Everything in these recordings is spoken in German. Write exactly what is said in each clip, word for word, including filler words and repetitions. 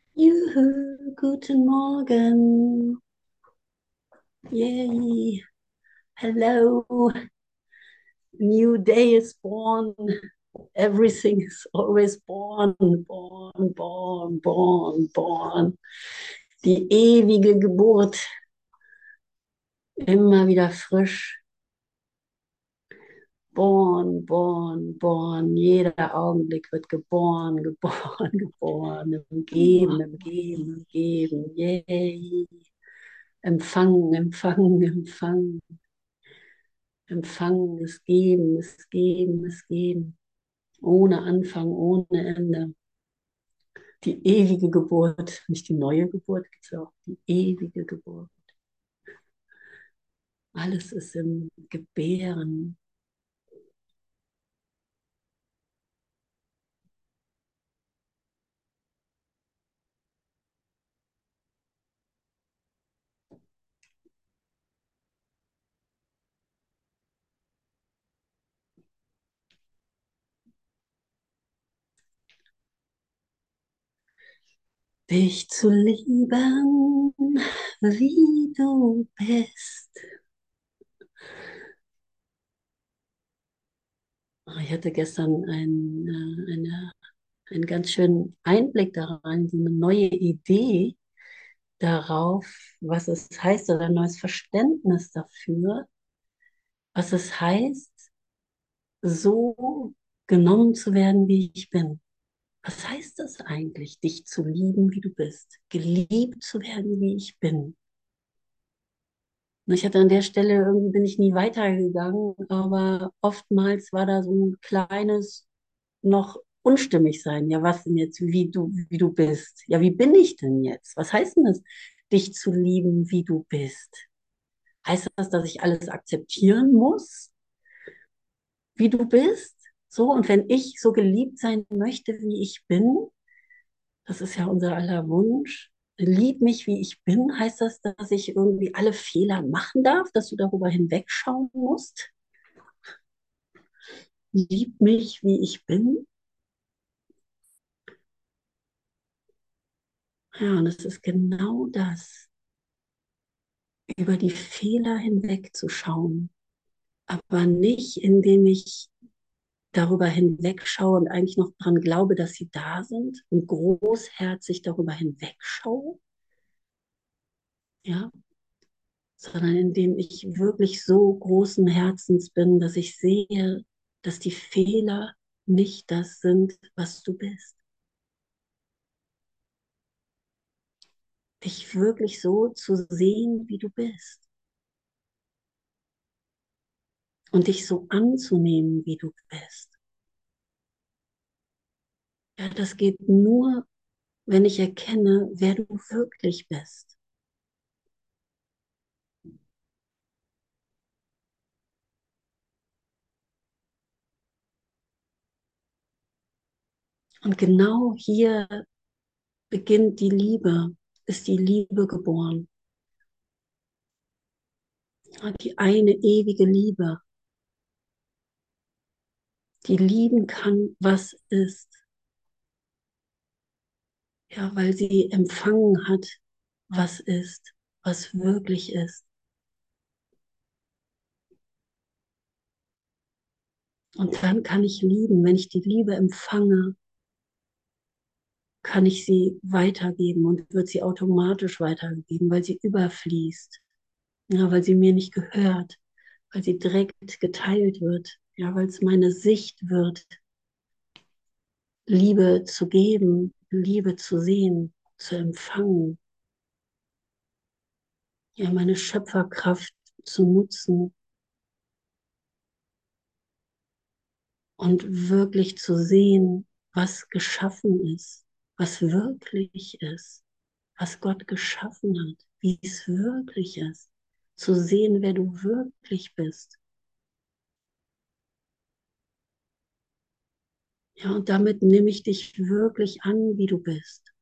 Juhu, guten Morgen. Yay. Hello. New day is born. Everything is always born, born, born, born, born. Die ewige Geburt. Immer wieder frisch. Born, born, born. Jeder Augenblick wird geboren, geboren, geboren. Im Geben, im Geben, im Geben. Yay. Empfangen, empfangen, empfangen. Empfangen, es geben, es geben, es geben. Ohne Anfang, ohne Ende. Die ewige Geburt, nicht die neue Geburt, gibt es auch die ewige Geburt. Alles ist im Gebären. Dich zu lieben, wie du bist. Ich hatte gestern ein, äh, eine, einen ganz schönen Einblick da rein, so eine neue Idee darauf, was es heißt, oder ein neues Verständnis dafür, was es heißt, so genommen zu werden, wie ich bin. Was heißt das eigentlich, dich zu lieben, wie du bist? Geliebt zu werden, wie ich bin. Und ich hatte an der Stelle, irgendwie bin ich nie weitergegangen, aber oftmals war da so ein kleines, noch unstimmig sein. Ja, was denn jetzt, wie du, wie du bist? Ja, wie bin ich denn jetzt? Was heißt denn das, dich zu lieben, wie du bist? Heißt das, dass ich alles akzeptieren muss, wie du bist? So, und wenn ich so geliebt sein möchte, wie ich bin, das ist ja unser aller Wunsch. Lieb mich, wie ich bin. Heißt das, dass ich irgendwie alle Fehler machen darf, dass du darüber hinwegschauen musst? Lieb mich, wie ich bin. Ja, und es ist genau das, über die Fehler hinwegzuschauen, aber nicht, indem ich darüber hinwegschaue und eigentlich noch dran glaube, dass sie da sind und großherzig darüber hinwegschaue, ja, sondern indem ich wirklich so großen Herzens bin, dass ich sehe, dass die Fehler nicht das sind, was du bist. Dich wirklich so zu sehen, wie du bist. Und dich so anzunehmen, wie du bist. Ja, das geht nur, wenn ich erkenne, wer du wirklich bist. Und genau hier beginnt die Liebe, ist die Liebe geboren. Die eine ewige Liebe, die lieben kann, was ist. Ja, weil sie empfangen hat, was ist, was wirklich ist. Und dann kann ich lieben. Wenn ich die Liebe empfange, kann ich sie weitergeben und wird sie automatisch weitergegeben, weil sie überfließt. Ja, weil sie mir nicht gehört, weil sie direkt geteilt wird. Ja, weil es meine Sicht wird, Liebe zu geben, Liebe zu sehen, zu empfangen. Ja, meine Schöpferkraft zu nutzen und wirklich zu sehen, was geschaffen ist, was wirklich ist, was Gott geschaffen hat, wie es wirklich ist, zu sehen, wer du wirklich bist. Ja, und damit nehme ich dich wirklich an, wie du bist.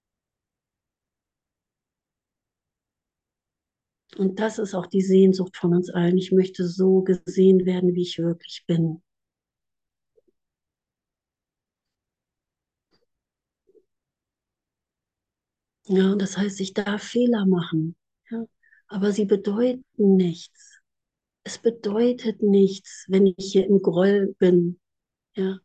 Und das ist auch die Sehnsucht von uns allen. Ich möchte so gesehen werden, wie ich wirklich bin. Ja, und das heißt, ich darf Fehler machen. Ja, aber sie bedeuten nichts. Es bedeutet nichts, wenn ich hier im Groll bin. Ja,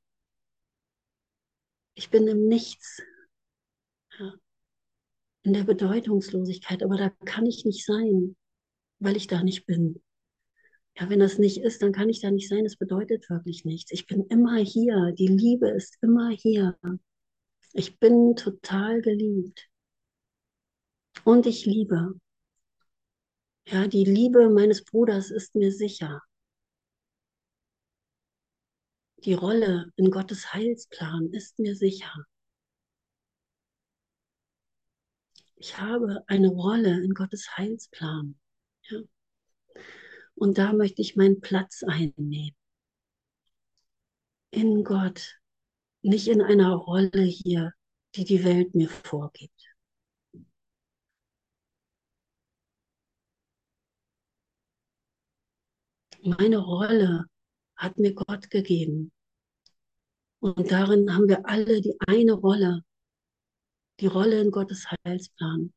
ich bin im Nichts, ja, in der Bedeutungslosigkeit, aber da kann ich nicht sein, weil ich da nicht bin. Ja, wenn das nicht ist, dann kann ich da nicht sein. Es bedeutet wirklich nichts. Ich bin immer hier. Die Liebe ist immer hier. Ich bin total geliebt und ich liebe. Ja, die Liebe meines Bruders ist mir sicher. Die Rolle in Gottes Heilsplan ist mir sicher. Ich habe eine Rolle in Gottes Heilsplan. Ja, und da möchte ich meinen Platz einnehmen. In Gott, nicht in einer Rolle hier, die die Welt mir vorgibt. Meine Rolle hat mir Gott gegeben. Und darin haben wir alle die eine Rolle, die Rolle in Gottes Heilsplan.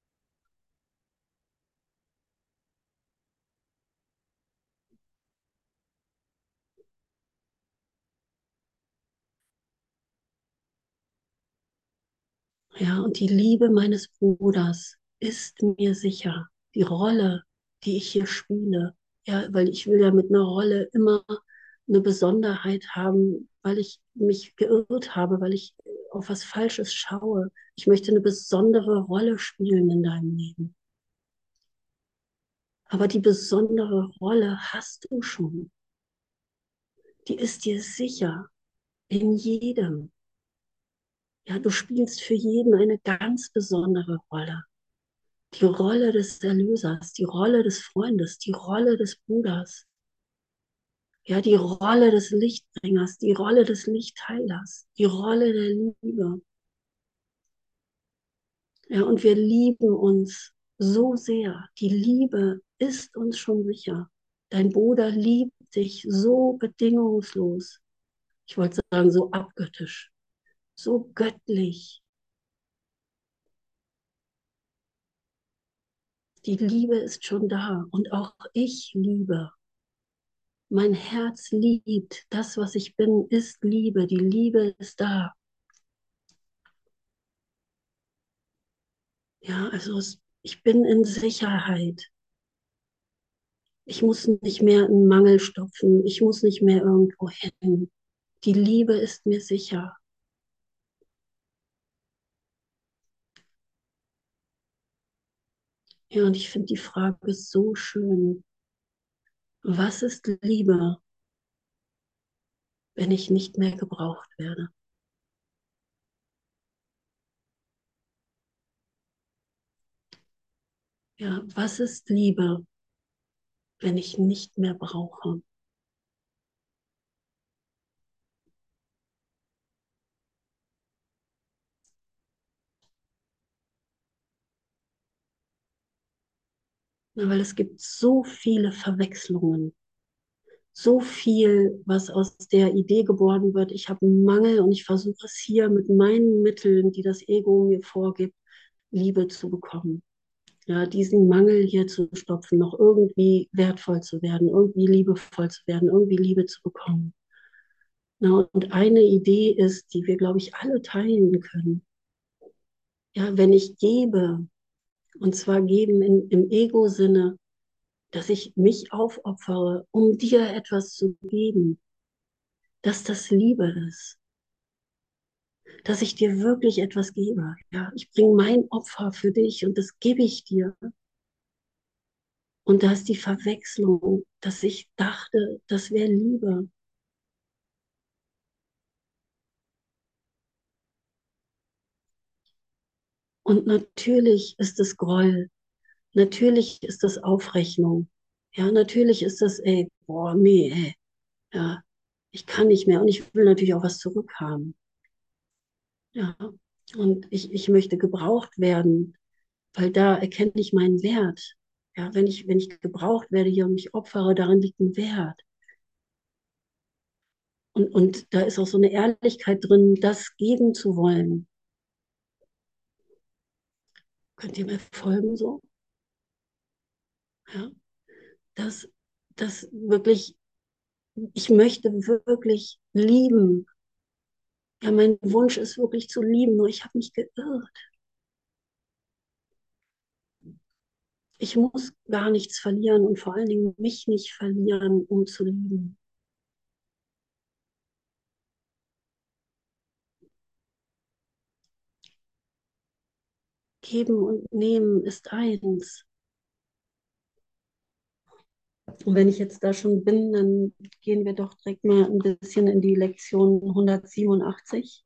Ja, und die Liebe meines Bruders ist mir sicher. Die Rolle, die ich hier spiele, ja, weil ich will ja mit einer Rolle immer eine Besonderheit haben, weil ich mich geirrt habe, weil ich auf was Falsches schaue. Ich möchte eine besondere Rolle spielen in deinem Leben. Aber die besondere Rolle hast du schon. Die ist dir sicher in jedem. Ja, du spielst für jeden eine ganz besondere Rolle. Die Rolle des Erlösers, die Rolle des Freundes, die Rolle des Bruders, ja, die Rolle des Lichtbringers, die Rolle des Lichtheilers, die Rolle der Liebe. Ja, und wir lieben uns so sehr. Die Liebe ist uns schon sicher. Dein Bruder liebt dich so bedingungslos. Ich wollte sagen, so abgöttisch, so göttlich. Die Liebe ist schon da und auch ich liebe. Mein Herz liebt. Das, was ich bin, ist Liebe. Die Liebe ist da. Ja, also es, ich bin in Sicherheit. Ich muss nicht mehr einen Mangel stopfen. Ich muss nicht mehr irgendwo hin. Die Liebe ist mir sicher. Ja, und ich finde die Frage so schön. Was ist Liebe, wenn ich nicht mehr gebraucht werde? Ja, was ist Liebe, wenn ich nicht mehr brauche? Ja, weil es gibt so viele Verwechslungen, so viel, was aus der Idee geboren wird, ich habe einen Mangel und ich versuche es hier mit meinen Mitteln, die das Ego mir vorgibt, Liebe zu bekommen. Ja, diesen Mangel hier zu stopfen, noch irgendwie wertvoll zu werden, irgendwie liebevoll zu werden, irgendwie Liebe zu bekommen. Ja, und eine Idee ist, die wir, glaube ich, alle teilen können. Ja, wenn ich gebe, und zwar geben in, im Ego-Sinne, dass ich mich aufopfere, um dir etwas zu geben, dass das Liebe ist, dass ich dir wirklich etwas gebe. Ja, ich bringe mein Opfer für dich und das gebe ich dir. Und da ist die Verwechslung, dass ich dachte, das wäre Liebe. Und natürlich ist es Groll, natürlich ist das Aufrechnung. Ja, natürlich ist das, ey, boah, nee, ey, ja, ich kann nicht mehr und ich will natürlich auch was zurückhaben. Ja, und ich, ich möchte gebraucht werden, weil da erkenne ich meinen Wert. Ja, wenn ich, wenn ich gebraucht werde hier und mich opfere, darin liegt ein Wert. Und, und da ist auch so eine Ehrlichkeit drin, das geben zu wollen. Könnt ihr mir folgen so? Ja, dass, dass wirklich, ich möchte wirklich lieben. Ja, mein Wunsch ist wirklich zu lieben, nur ich habe mich geirrt. Ich muss gar nichts verlieren und vor allen Dingen mich nicht verlieren, um zu lieben. Geben und nehmen ist eins. Und wenn ich jetzt da schon bin, dann gehen wir doch direkt mal ein bisschen in die Lektion hundertsiebenundachtzig.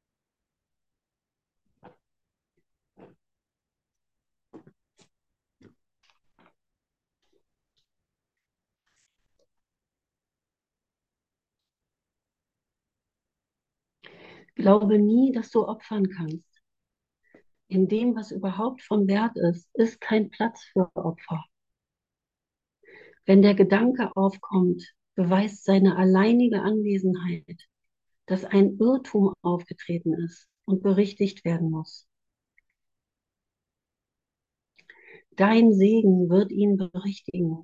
Glaube nie, dass du opfern kannst. In dem, was überhaupt von Wert ist, ist kein Platz für Opfer. Wenn der Gedanke aufkommt, beweist seine alleinige Anwesenheit, dass ein Irrtum aufgetreten ist und berichtigt werden muss. Dein Segen wird ihn berichtigen.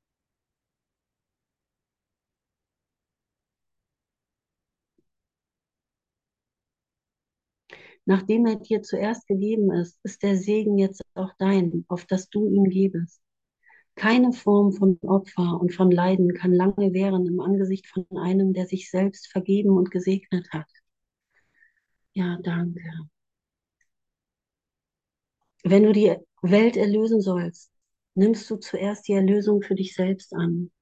Nachdem er dir zuerst gegeben ist, ist der Segen jetzt auch dein, auf das du ihm gebest. Keine Form von Opfer und von Leiden kann lange währen im Angesicht von einem, der sich selbst vergeben und gesegnet hat. Ja, danke. Wenn du die Welt erlösen sollst, nimmst du zuerst die Erlösung für dich selbst an.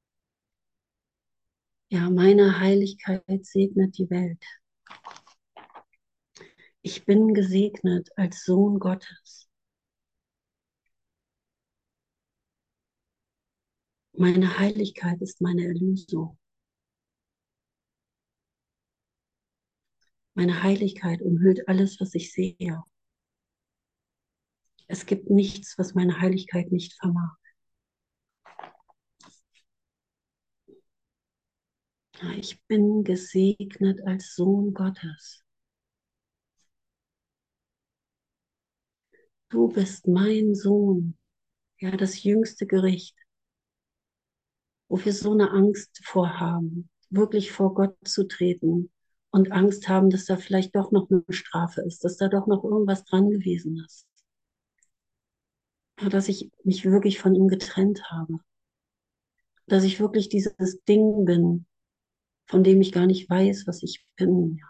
Ja, meine Heiligkeit segnet die Welt. Ich bin gesegnet als Sohn Gottes. Meine Heiligkeit ist meine Erlösung. Meine Heiligkeit umhüllt alles, was ich sehe. Es gibt nichts, was meine Heiligkeit nicht vermag. Ja, ich bin gesegnet als Sohn Gottes. Du bist mein Sohn. Ja, das jüngste Gericht, wo wir so eine Angst vorhaben, wirklich vor Gott zu treten und Angst haben, dass da vielleicht doch noch eine Strafe ist, dass da doch noch irgendwas dran gewesen ist. Ja, dass ich mich wirklich von ihm getrennt habe. Dass ich wirklich dieses Ding bin, von dem ich gar nicht weiß, was ich bin.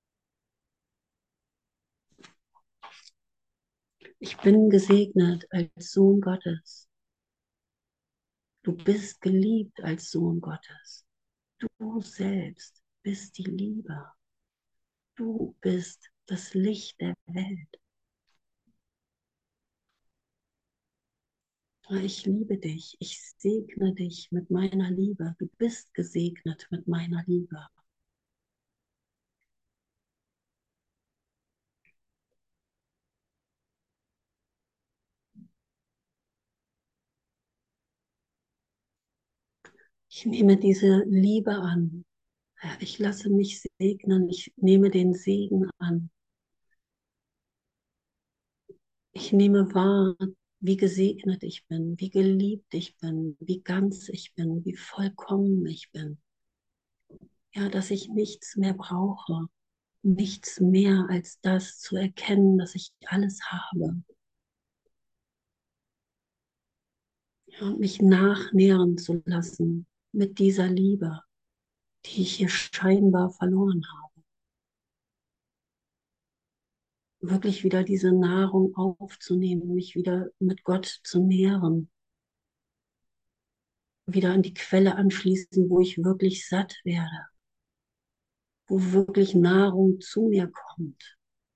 Ich bin gesegnet als Sohn Gottes. Du bist geliebt als Sohn Gottes. Du selbst bist die Liebe. Du bist das Licht der Welt. Ich liebe dich. Ich segne dich mit meiner Liebe. Du bist gesegnet mit meiner Liebe. Ich nehme diese Liebe an. Ich lasse mich segnen. Ich nehme den Segen an. Ich nehme wahr, wie gesegnet ich bin, wie geliebt ich bin, wie ganz ich bin, wie vollkommen ich bin. Ja, dass ich nichts mehr brauche, nichts mehr als das zu erkennen, dass ich alles habe. Ja, und mich nachnähren zu lassen mit dieser Liebe, die ich hier scheinbar verloren habe. Wirklich wieder diese Nahrung aufzunehmen, mich wieder mit Gott zu nähren, wieder an die Quelle anschließen, wo ich wirklich satt werde, wo wirklich Nahrung zu mir kommt,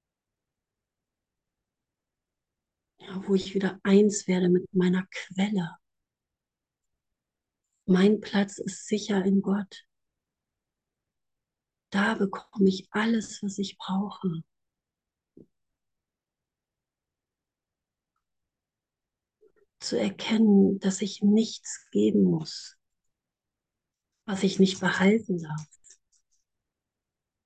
ja, wo ich wieder eins werde mit meiner Quelle. Mein Platz ist sicher in Gott. Da bekomme ich alles, was ich brauche. Zu erkennen, dass ich nichts geben muss, was ich nicht behalten darf.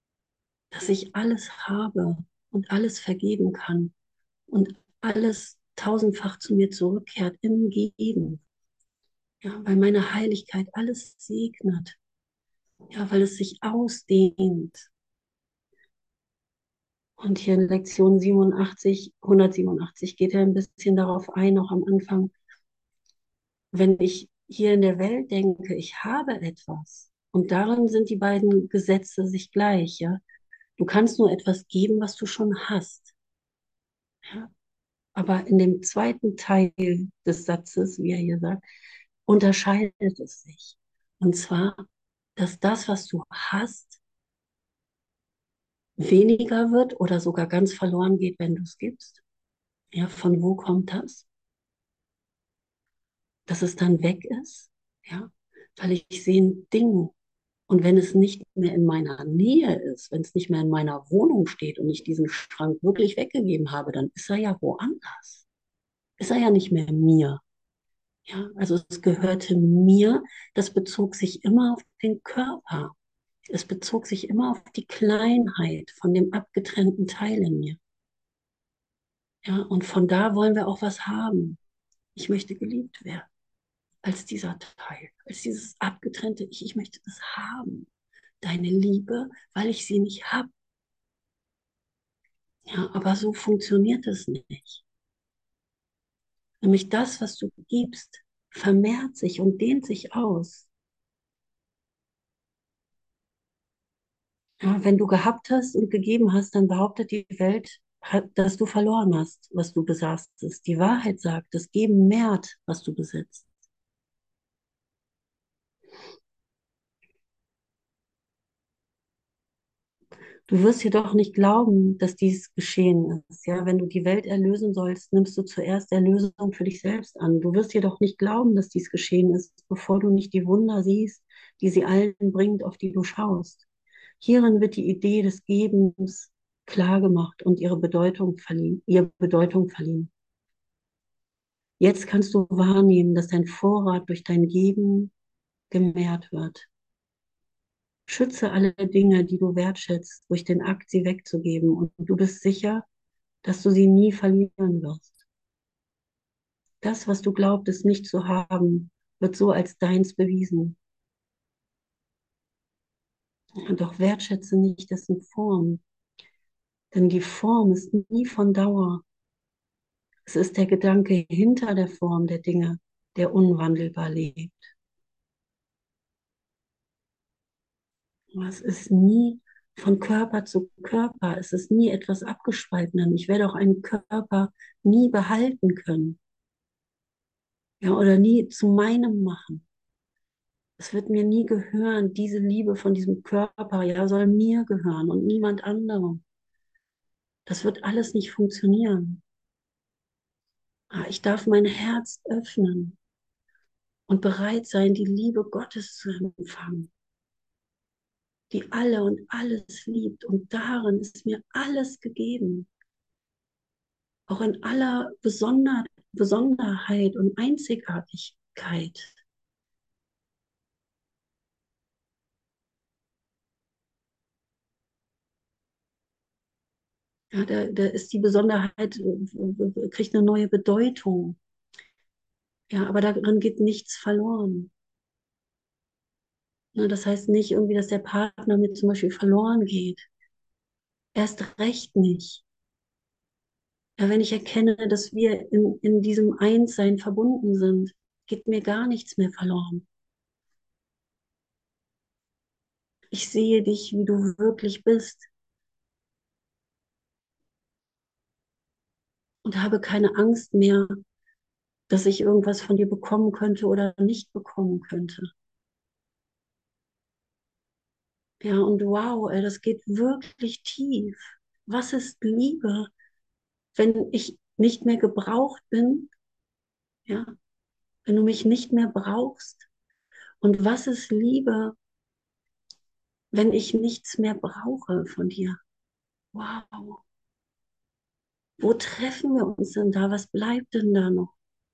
Dass ich alles habe und alles vergeben kann und alles tausendfach zu mir zurückkehrt im Geben. Ja, weil meine Heiligkeit alles segnet. Ja, weil es sich ausdehnt. Und hier in Lektion siebenundachtzig, hundertsiebenundachtzig geht er ein bisschen darauf ein, noch am Anfang. Wenn ich hier in der Welt denke, ich habe etwas, und darin sind die beiden Gesetze sich gleich, ja. Du kannst nur etwas geben, was du schon hast. Ja? Aber in dem zweiten Teil des Satzes, wie er hier sagt, unterscheidet es sich. Und zwar, dass das, was du hast, weniger wird oder sogar ganz verloren geht, wenn du es gibst. Ja, von wo kommt das? Dass es dann weg ist? Ja, weil ich sehe ein Ding. Und wenn es nicht mehr in meiner Nähe ist, wenn es nicht mehr in meiner Wohnung steht und ich diesen Schrank wirklich weggegeben habe, dann ist er ja woanders. Ist er ja nicht mehr mir. Ja, also es gehörte mir, das bezog sich immer auf den Körper. Es bezog sich immer auf die Kleinheit von dem abgetrennten Teil in mir. Ja, und von da wollen wir auch was haben. Ich möchte geliebt werden als dieser Teil, als dieses abgetrennte Ich. Ich möchte das haben. Deine Liebe, weil ich sie nicht habe. Ja, aber so funktioniert es nicht. Nämlich das, was du gibst, vermehrt sich und dehnt sich aus. Ja, wenn du gehabt hast und gegeben hast, dann behauptet die Welt, dass du verloren hast, was du besaßest. Die Wahrheit sagt, das Geben mehrt, was du besitzt. Du wirst jedoch nicht glauben, dass dies geschehen ist. Ja, wenn du die Welt erlösen sollst, nimmst du zuerst Erlösung für dich selbst an. Du wirst jedoch nicht glauben, dass dies geschehen ist, bevor du nicht die Wunder siehst, die sie allen bringt, auf die du schaust. Hierin wird die Idee des Gebens klar gemacht und ihre Bedeutung verliehen, ihr Bedeutung verliehen. Jetzt kannst du wahrnehmen, dass dein Vorrat durch dein Geben gemehrt wird. Schütze alle Dinge, die du wertschätzt, durch den Akt, sie wegzugeben. Und du bist sicher, dass du sie nie verlieren wirst. Das, was du glaubtest nicht zu haben, wird so als deins bewiesen. Doch wertschätze nicht dessen Form, denn die Form ist nie von Dauer. Es ist der Gedanke hinter der Form der Dinge, der unwandelbar lebt. Es ist nie von Körper zu Körper. Es ist nie etwas abgespaltenes. Ich werde auch einen Körper nie behalten können. Ja, oder nie zu meinem machen. Es wird mir nie gehören, diese Liebe von diesem Körper, ja, soll mir gehören und niemand anderem. Das wird alles nicht funktionieren. Aber ich darf mein Herz öffnen und bereit sein, die Liebe Gottes zu empfangen, die alle und alles liebt. Und darin ist mir alles gegeben. Auch in aller Besonder Besonderheit und Einzigartigkeit. Ja, da, da ist die Besonderheit, äh, kriegt eine neue Bedeutung. Ja, aber darin geht nichts verloren. Ne, das heißt nicht irgendwie, dass der Partner mir zum Beispiel verloren geht. Erst recht nicht. Ja, wenn ich erkenne, dass wir in, in diesem Einssein verbunden sind, geht mir gar nichts mehr verloren. Ich sehe dich, wie du wirklich bist und habe keine Angst mehr, dass ich irgendwas von dir bekommen könnte oder nicht bekommen könnte. Ja, und wow, ey, das geht wirklich tief. Was ist Liebe, wenn ich nicht mehr gebraucht bin? Ja, wenn du mich nicht mehr brauchst? Und was ist Liebe, wenn ich nichts mehr brauche von dir? Wow, wo treffen wir uns denn da? Was bleibt denn da noch?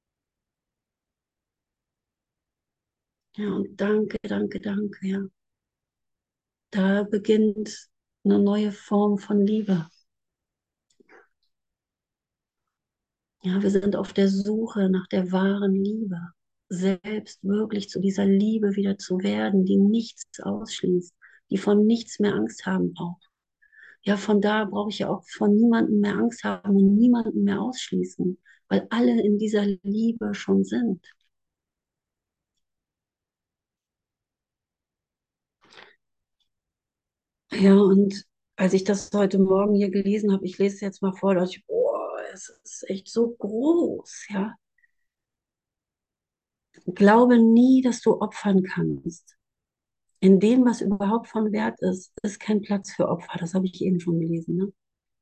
Ja, und danke, danke, danke, ja. Da beginnt eine neue Form von Liebe. Ja, wir sind auf der Suche nach der wahren Liebe, selbst wirklich zu dieser Liebe wieder zu werden, die nichts ausschließt, die von nichts mehr Angst haben braucht. Ja, von da brauche ich ja auch von niemandem mehr Angst haben und niemanden mehr ausschließen, weil alle in dieser Liebe schon sind. Ja, und als ich das heute Morgen hier gelesen habe, ich lese es jetzt mal vor, da dachte ich, boah, es ist echt so groß, ja. Glaube nie, dass du opfern kannst. In dem, was überhaupt von Wert ist, ist kein Platz für Opfer. Das habe ich eben schon gelesen. Ne?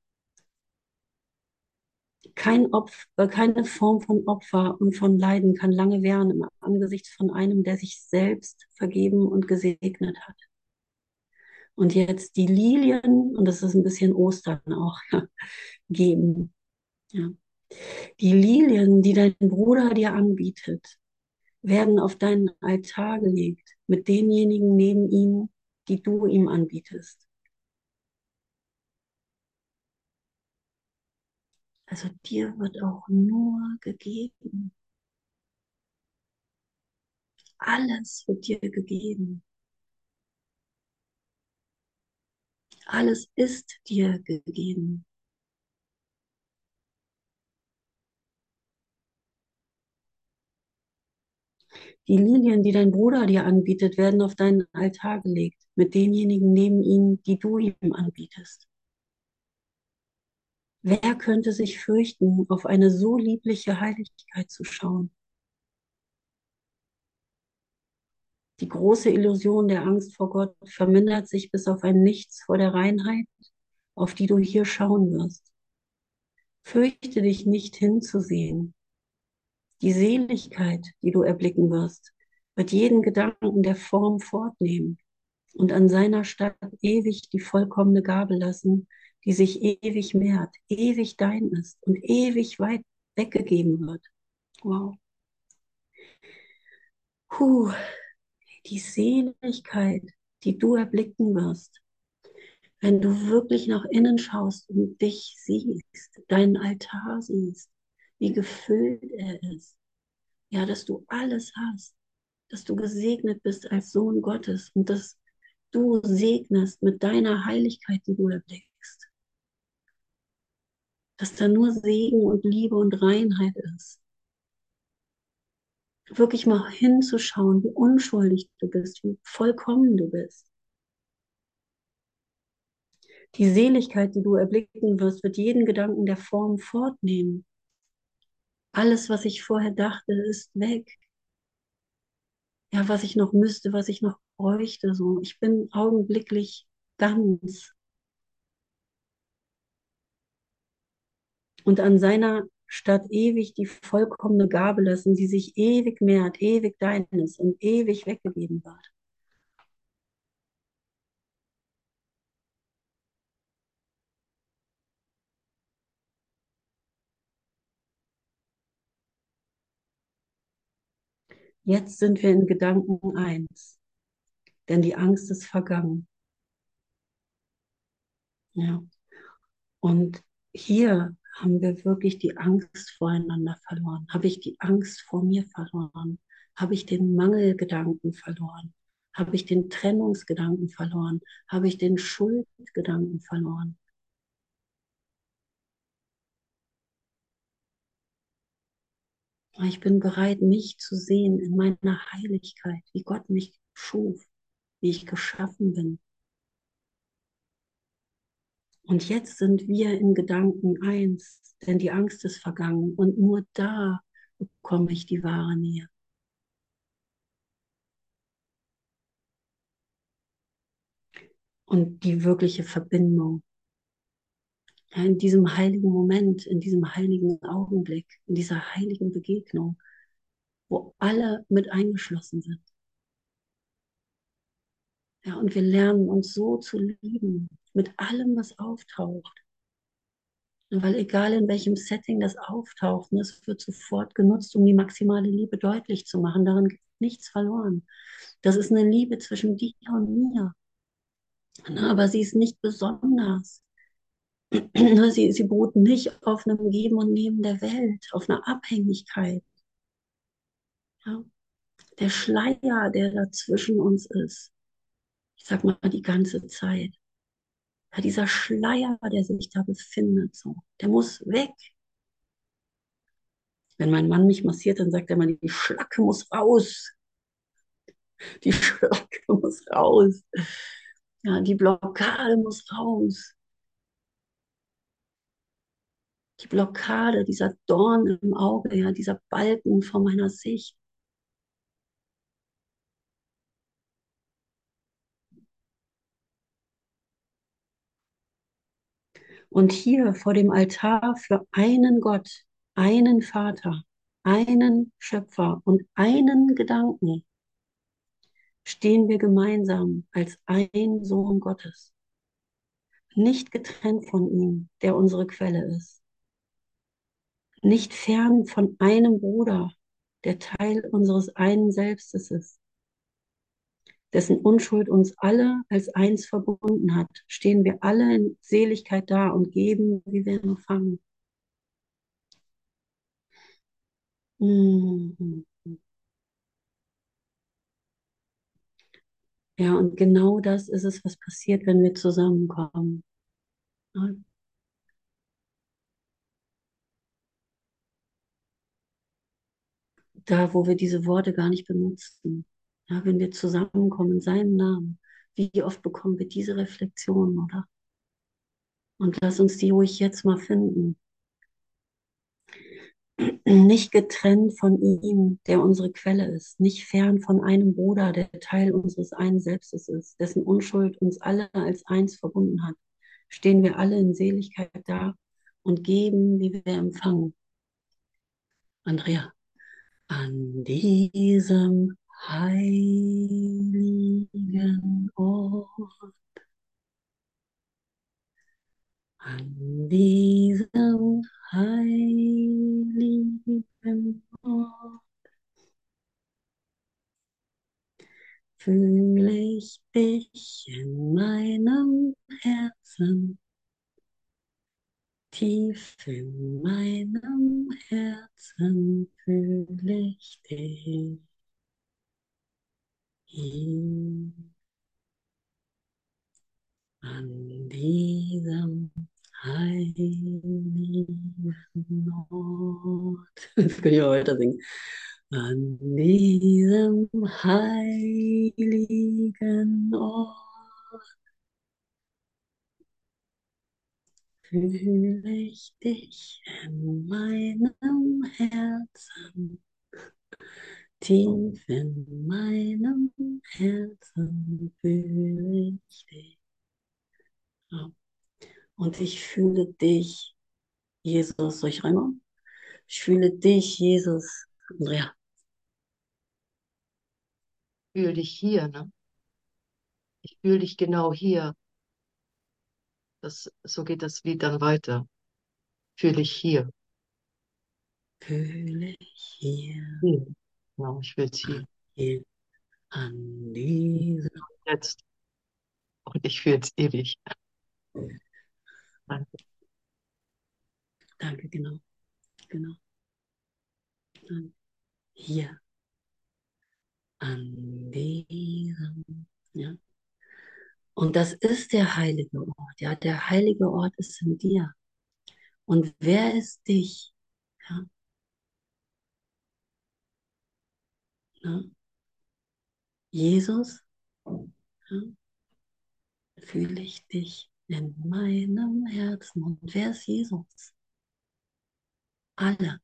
Kein Opf äh, keine Form von Opfer und von Leiden kann lange währen im Angesicht von einem, der sich selbst vergeben und gesegnet hat. Und jetzt die Lilien, und das ist ein bisschen Ostern auch, ja, geben. Ja. Die Lilien, die dein Bruder dir anbietet, werden auf deinen Altar gelegt, mit denjenigen neben ihm, die du ihm anbietest. Also dir wird auch nur gegeben. Alles wird dir gegeben. Alles ist dir gegeben. Die Lilien, die dein Bruder dir anbietet, werden auf deinen Altar gelegt, mit denjenigen neben ihm, die du ihm anbietest. Wer könnte sich fürchten, auf eine so liebliche Heiligkeit zu schauen? Die große Illusion der Angst vor Gott vermindert sich bis auf ein Nichts vor der Reinheit, auf die du hier schauen wirst. Fürchte dich nicht hinzusehen. Die Seligkeit, die du erblicken wirst, wird jeden Gedanken der Form fortnehmen und an seiner Statt ewig die vollkommene Gabe lassen, die sich ewig mehrt, ewig dein ist und ewig weit weggegeben wird. Wow. Puh, die Seligkeit, die du erblicken wirst, wenn du wirklich nach innen schaust und dich siehst, deinen Altar siehst, wie gefüllt er ist. Ja, dass du alles hast, dass du gesegnet bist als Sohn Gottes und dass du segnest mit deiner Heiligkeit, die du erblickst. Dass da nur Segen und Liebe und Reinheit ist. Wirklich mal hinzuschauen, wie unschuldig du bist, wie vollkommen du bist. Die Seligkeit, die du erblicken wirst, wird jeden Gedanken der Form fortnehmen. Alles, was ich vorher dachte, ist weg. Ja, was ich noch müsste, was ich noch bräuchte, so. Ich bin augenblicklich ganz. Und an seiner Statt ewig die vollkommene Gabe lassen, die sich ewig mehrt, ewig deines und ewig weggegeben wird. Jetzt sind wir in Gedanken eins, denn die Angst ist vergangen. Ja. Und hier haben wir wirklich die Angst voreinander verloren. Habe ich die Angst vor mir verloren? Habe ich den Mangelgedanken verloren? Habe ich den Trennungsgedanken verloren? Habe ich den Schuldgedanken verloren? Ich bin bereit, mich zu sehen in meiner Heiligkeit, wie Gott mich schuf, wie ich geschaffen bin. Und jetzt sind wir in Gedanken eins, denn die Angst ist vergangen und nur da bekomme ich die wahre Nähe. Und die wirkliche Verbindung. Ja, in diesem heiligen Moment, in diesem heiligen Augenblick, in dieser heiligen Begegnung, wo alle mit eingeschlossen sind. Ja, und wir lernen uns so zu lieben, mit allem, was auftaucht. Weil egal in welchem Setting das auftaucht, es wird sofort genutzt, um die maximale Liebe deutlich zu machen. Darin geht nichts verloren. Das ist eine Liebe zwischen dir und mir. Aber sie ist nicht besonders. Sie, sie beruht nicht auf einem Geben und Nehmen der Welt, auf einer Abhängigkeit. Ja? Der Schleier, der da zwischen uns ist, ich sag mal die ganze Zeit, ja, dieser Schleier, der sich da befindet, so, der muss weg. Wenn mein Mann mich massiert, dann sagt er immer, die Schlacke muss raus. Die Schlacke muss raus. Ja, die Blockade muss raus. Die Blockade, dieser Dorn im Auge, ja, dieser Balken vor meiner Sicht. Und hier vor dem Altar für einen Gott, einen Vater, einen Schöpfer und einen Gedanken stehen wir gemeinsam als ein Sohn Gottes, nicht getrennt von ihm, der unsere Quelle ist, nicht fern von einem Bruder, der Teil unseres einen Selbstes ist, dessen Unschuld uns alle als eins verbunden hat, stehen wir alle in Seligkeit da und geben, wie wir empfangen. Mhm. Ja, und genau das ist es, was passiert, wenn wir zusammenkommen. Ja, da, wo wir diese Worte gar nicht benutzen. Ja, wenn wir zusammenkommen in seinem Namen, wie oft bekommen wir diese Reflexion, oder? Und lass uns die ruhig jetzt mal finden. Nicht getrennt von ihm, der unsere Quelle ist, nicht fern von einem Bruder, der Teil unseres einen Selbstes ist, dessen Unschuld uns alle als eins verbunden hat, stehen wir alle in Seligkeit da und geben, wie wir empfangen. Andrea, an diesem heiligen Ort, an diesem heiligen Ort, fühle ich dich in meinem Herzen, tief in meinem Herzen fühle ich dich. An diesem heiligen Ort. Das kann ich auch weiter singen. An diesem heiligen Ort fühle ich dich in meinem Herzen. Tief in meinem Herzen fühle ich dich. Ja. Und ich fühle dich, Jesus. Soll ich reinmachen? Ich fühle dich, Jesus. Andrea. Fühl dich hier, ne? Ich fühle dich genau hier. Das, so geht das Lied dann weiter. Fühl dich hier. Fühle ich hier Hier. Genau, ich will es hier. an, hier, an diesem. Jetzt. Und ich fühle es ewig. Danke. Danke, genau, genau. Danke. Hier an diesem. Ja. Und das ist der heilige Ort. Ja, der heilige Ort ist in dir. Und wer ist dich? Ja, ja. Jesus, ja, fühle ich dich in meinem Herzen. Und wer ist Jesus? Alle,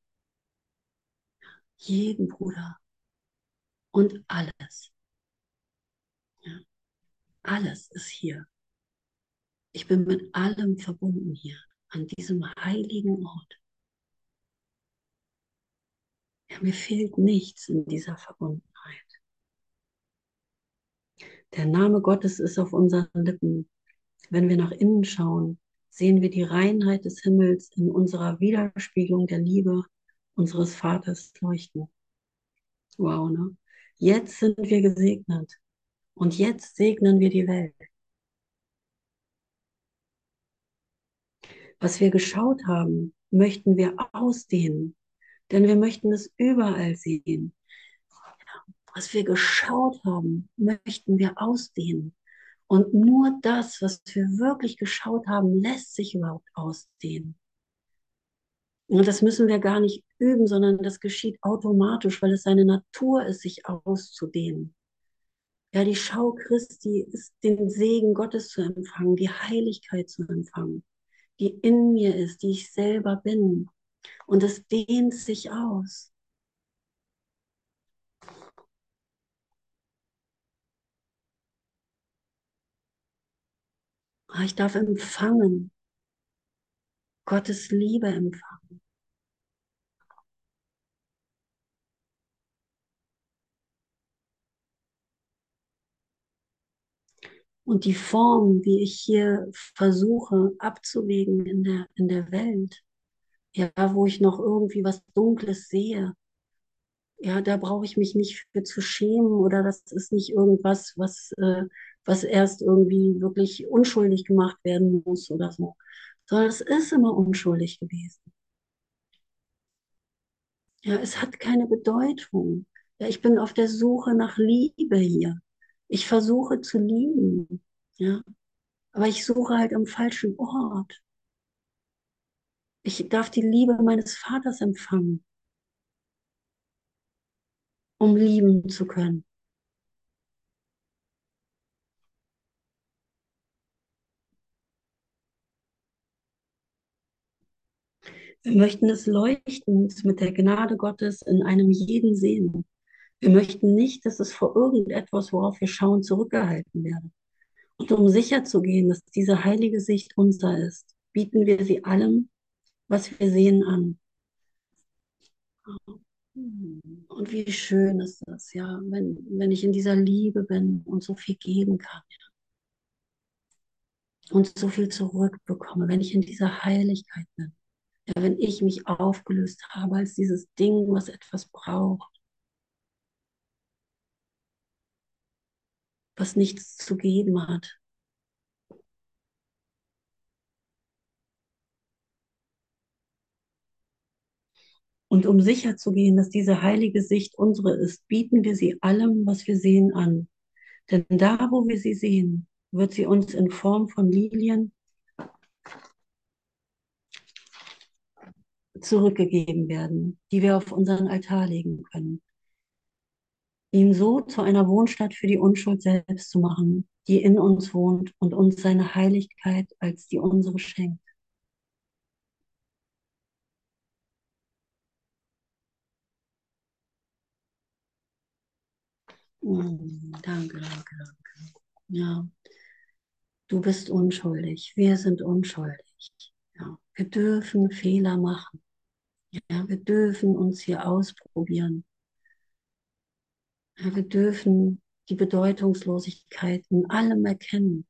jeden Bruder und alles. Ja, alles ist hier. Ich bin mit allem verbunden hier, an diesem heiligen Ort. Ja, mir fehlt nichts in dieser Verbundenheit. Der Name Gottes ist auf unseren Lippen. Wenn wir nach innen schauen, sehen wir die Reinheit des Himmels in unserer Widerspiegelung der Liebe unseres Vaters leuchten. Wow, ne? Jetzt sind wir gesegnet und jetzt segnen wir die Welt. Was wir geschaut haben, möchten wir ausdehnen, denn wir möchten es überall sehen. Was wir geschaut haben, möchten wir ausdehnen. Und nur das, was wir wirklich geschaut haben, lässt sich überhaupt ausdehnen. Und das müssen wir gar nicht üben, sondern das geschieht automatisch, weil es seine Natur ist, sich auszudehnen. Ja, die Schau Christi ist, den Segen Gottes zu empfangen, die Heiligkeit zu empfangen, die in mir ist, die ich selber bin. Und es dehnt sich aus. Ah, ich darf empfangen, Gottes Liebe empfangen. Und die Form, wie ich hier versuche abzuwägen in der, in der Welt, ja, wo ich noch irgendwie was Dunkles sehe, ja, da brauche ich mich nicht für zu schämen oder das ist nicht irgendwas, was, äh, was erst irgendwie wirklich unschuldig gemacht werden muss oder so, sondern es ist immer unschuldig gewesen. Ja, es hat keine Bedeutung. Ja, ich bin auf der Suche nach Liebe hier. Ich versuche zu lieben, ja, aber ich suche halt am falschen Ort. Ich darf die Liebe meines Vaters empfangen, um lieben zu können. Wir möchten es Leuchtens mit der Gnade Gottes in einem jeden sehen. Wir möchten nicht, dass es vor irgendetwas, worauf wir schauen, zurückgehalten werde. Und um sicher zu gehen, dass diese heilige Sicht unser ist, bieten wir sie allem, was wir sehen, an. Und wie schön ist das, ja, wenn, wenn ich in dieser Liebe bin und so viel geben kann und so viel zurückbekomme, wenn ich in dieser Heiligkeit bin. Ja, wenn ich mich aufgelöst habe als dieses Ding, was etwas braucht, was nichts zu geben hat. Und um sicher zu gehen, dass diese heilige Sicht unsere ist, bieten wir sie allem, was wir sehen, an. Denn da, wo wir sie sehen, wird sie uns in Form von Lilien zurückgegeben werden, die wir auf unseren Altar legen können. Ihn so zu einer Wohnstatt für die Unschuld selbst zu machen, die in uns wohnt und uns seine Heiligkeit als die unsere schenkt. Mm, danke, danke, danke. Ja, du bist unschuldig, wir sind unschuldig. Ja, wir dürfen Fehler machen. Ja, wir dürfen uns hier ausprobieren. Ja, wir dürfen die Bedeutungslosigkeit in allem erkennen.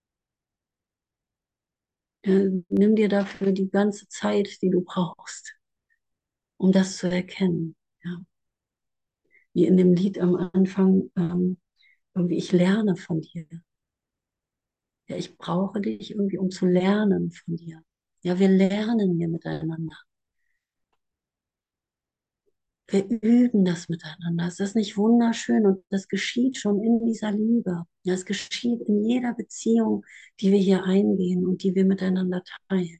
Ja, nimm dir dafür die ganze Zeit, die du brauchst, um das zu erkennen. Ja, wie in dem Lied am Anfang, ähm, irgendwie, ich lerne von dir. Ja, ich brauche dich irgendwie, um zu lernen von dir. Ja, wir lernen hier miteinander. Wir üben das miteinander. Es ist nicht wunderschön und das geschieht schon in dieser Liebe. Ja, es geschieht in jeder Beziehung, die wir hier eingehen und die wir miteinander teilen.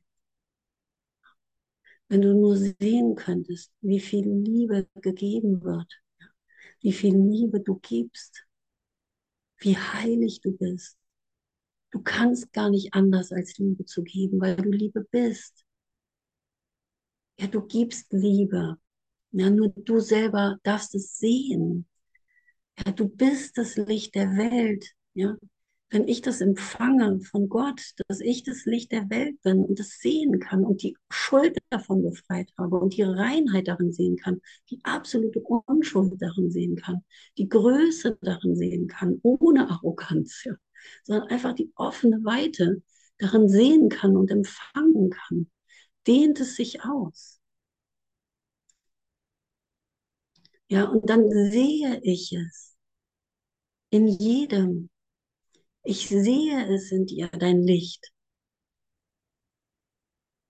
Wenn du nur sehen könntest, wie viel Liebe gegeben wird, wie viel Liebe du gibst, wie heilig du bist. Du kannst gar nicht anders als Liebe zu geben, weil du Liebe bist. Ja, du gibst Liebe. Ja, nur du selber darfst es sehen. Ja, du bist das Licht der Welt. Ja, wenn ich das empfange von Gott, dass ich das Licht der Welt bin und das sehen kann und die Schuld davon befreit habe und die Reinheit darin sehen kann, die absolute Unschuld darin sehen kann, die Größe darin sehen kann, ohne Arroganz, ja, sondern einfach die offene Weite darin sehen kann und empfangen kann, dehnt es sich aus. Ja, und dann sehe ich es in jedem. Ich sehe es in dir, dein Licht.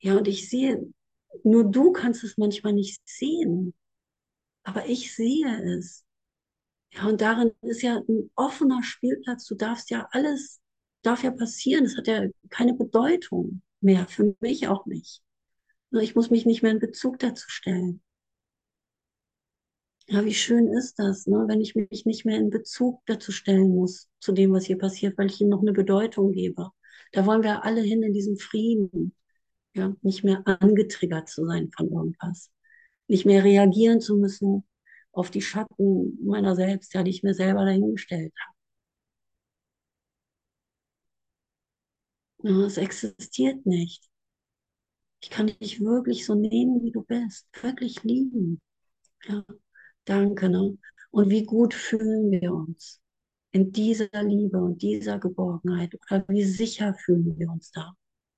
Ja, und ich sehe, nur du kannst es manchmal nicht sehen, aber ich sehe es. Ja, und darin ist ja ein offener Spielplatz. Du darfst ja alles, darf ja passieren. Es hat ja keine Bedeutung mehr, für mich auch nicht. Nur ich muss mich nicht mehr in Bezug dazu stellen. Ja, wie schön ist das, ne? Wenn ich mich nicht mehr in Bezug dazu stellen muss, zu dem, was hier passiert, weil ich ihm noch eine Bedeutung gebe. Da wollen wir alle hin in diesen Frieden, ja, nicht mehr angetriggert zu sein von irgendwas, nicht mehr reagieren zu müssen auf die Schatten meiner selbst, ja, die ich mir selber dahingestellt habe. Ja, es existiert nicht. Ich kann dich wirklich so nehmen, wie du bist, wirklich lieben. Ja, danke, ne? Und wie gut fühlen wir uns in dieser Liebe und dieser Geborgenheit? Oder wie sicher fühlen wir uns da?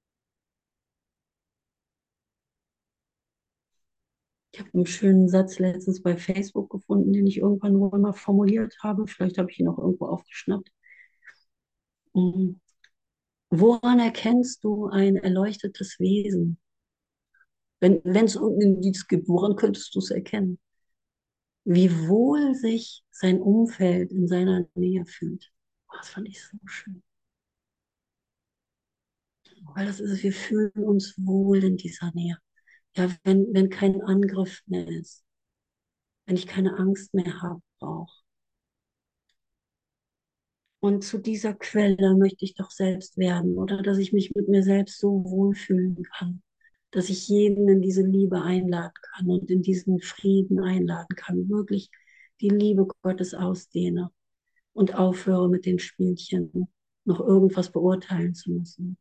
Ich habe einen schönen Satz letztens bei Facebook gefunden, den ich irgendwann wohl mal formuliert habe. Vielleicht habe ich ihn auch irgendwo aufgeschnappt. Mhm. Woran erkennst du ein erleuchtetes Wesen? Wenn wenn es irgendein Indiz gibt, woran könntest du es erkennen? Wie wohl sich sein Umfeld in seiner Nähe fühlt. Oh, das fand ich so schön. Weil das ist, wir fühlen uns wohl in dieser Nähe. Ja, wenn, wenn kein Angriff mehr ist, wenn ich keine Angst mehr habe auch. Und zu dieser Quelle möchte ich doch selbst werden, oder dass ich mich mit mir selbst so wohlfühlen kann, dass ich jeden in diese Liebe einladen kann und in diesen Frieden einladen kann, wirklich die Liebe Gottes ausdehne und aufhöre mit den Spielchen, noch irgendwas beurteilen zu müssen.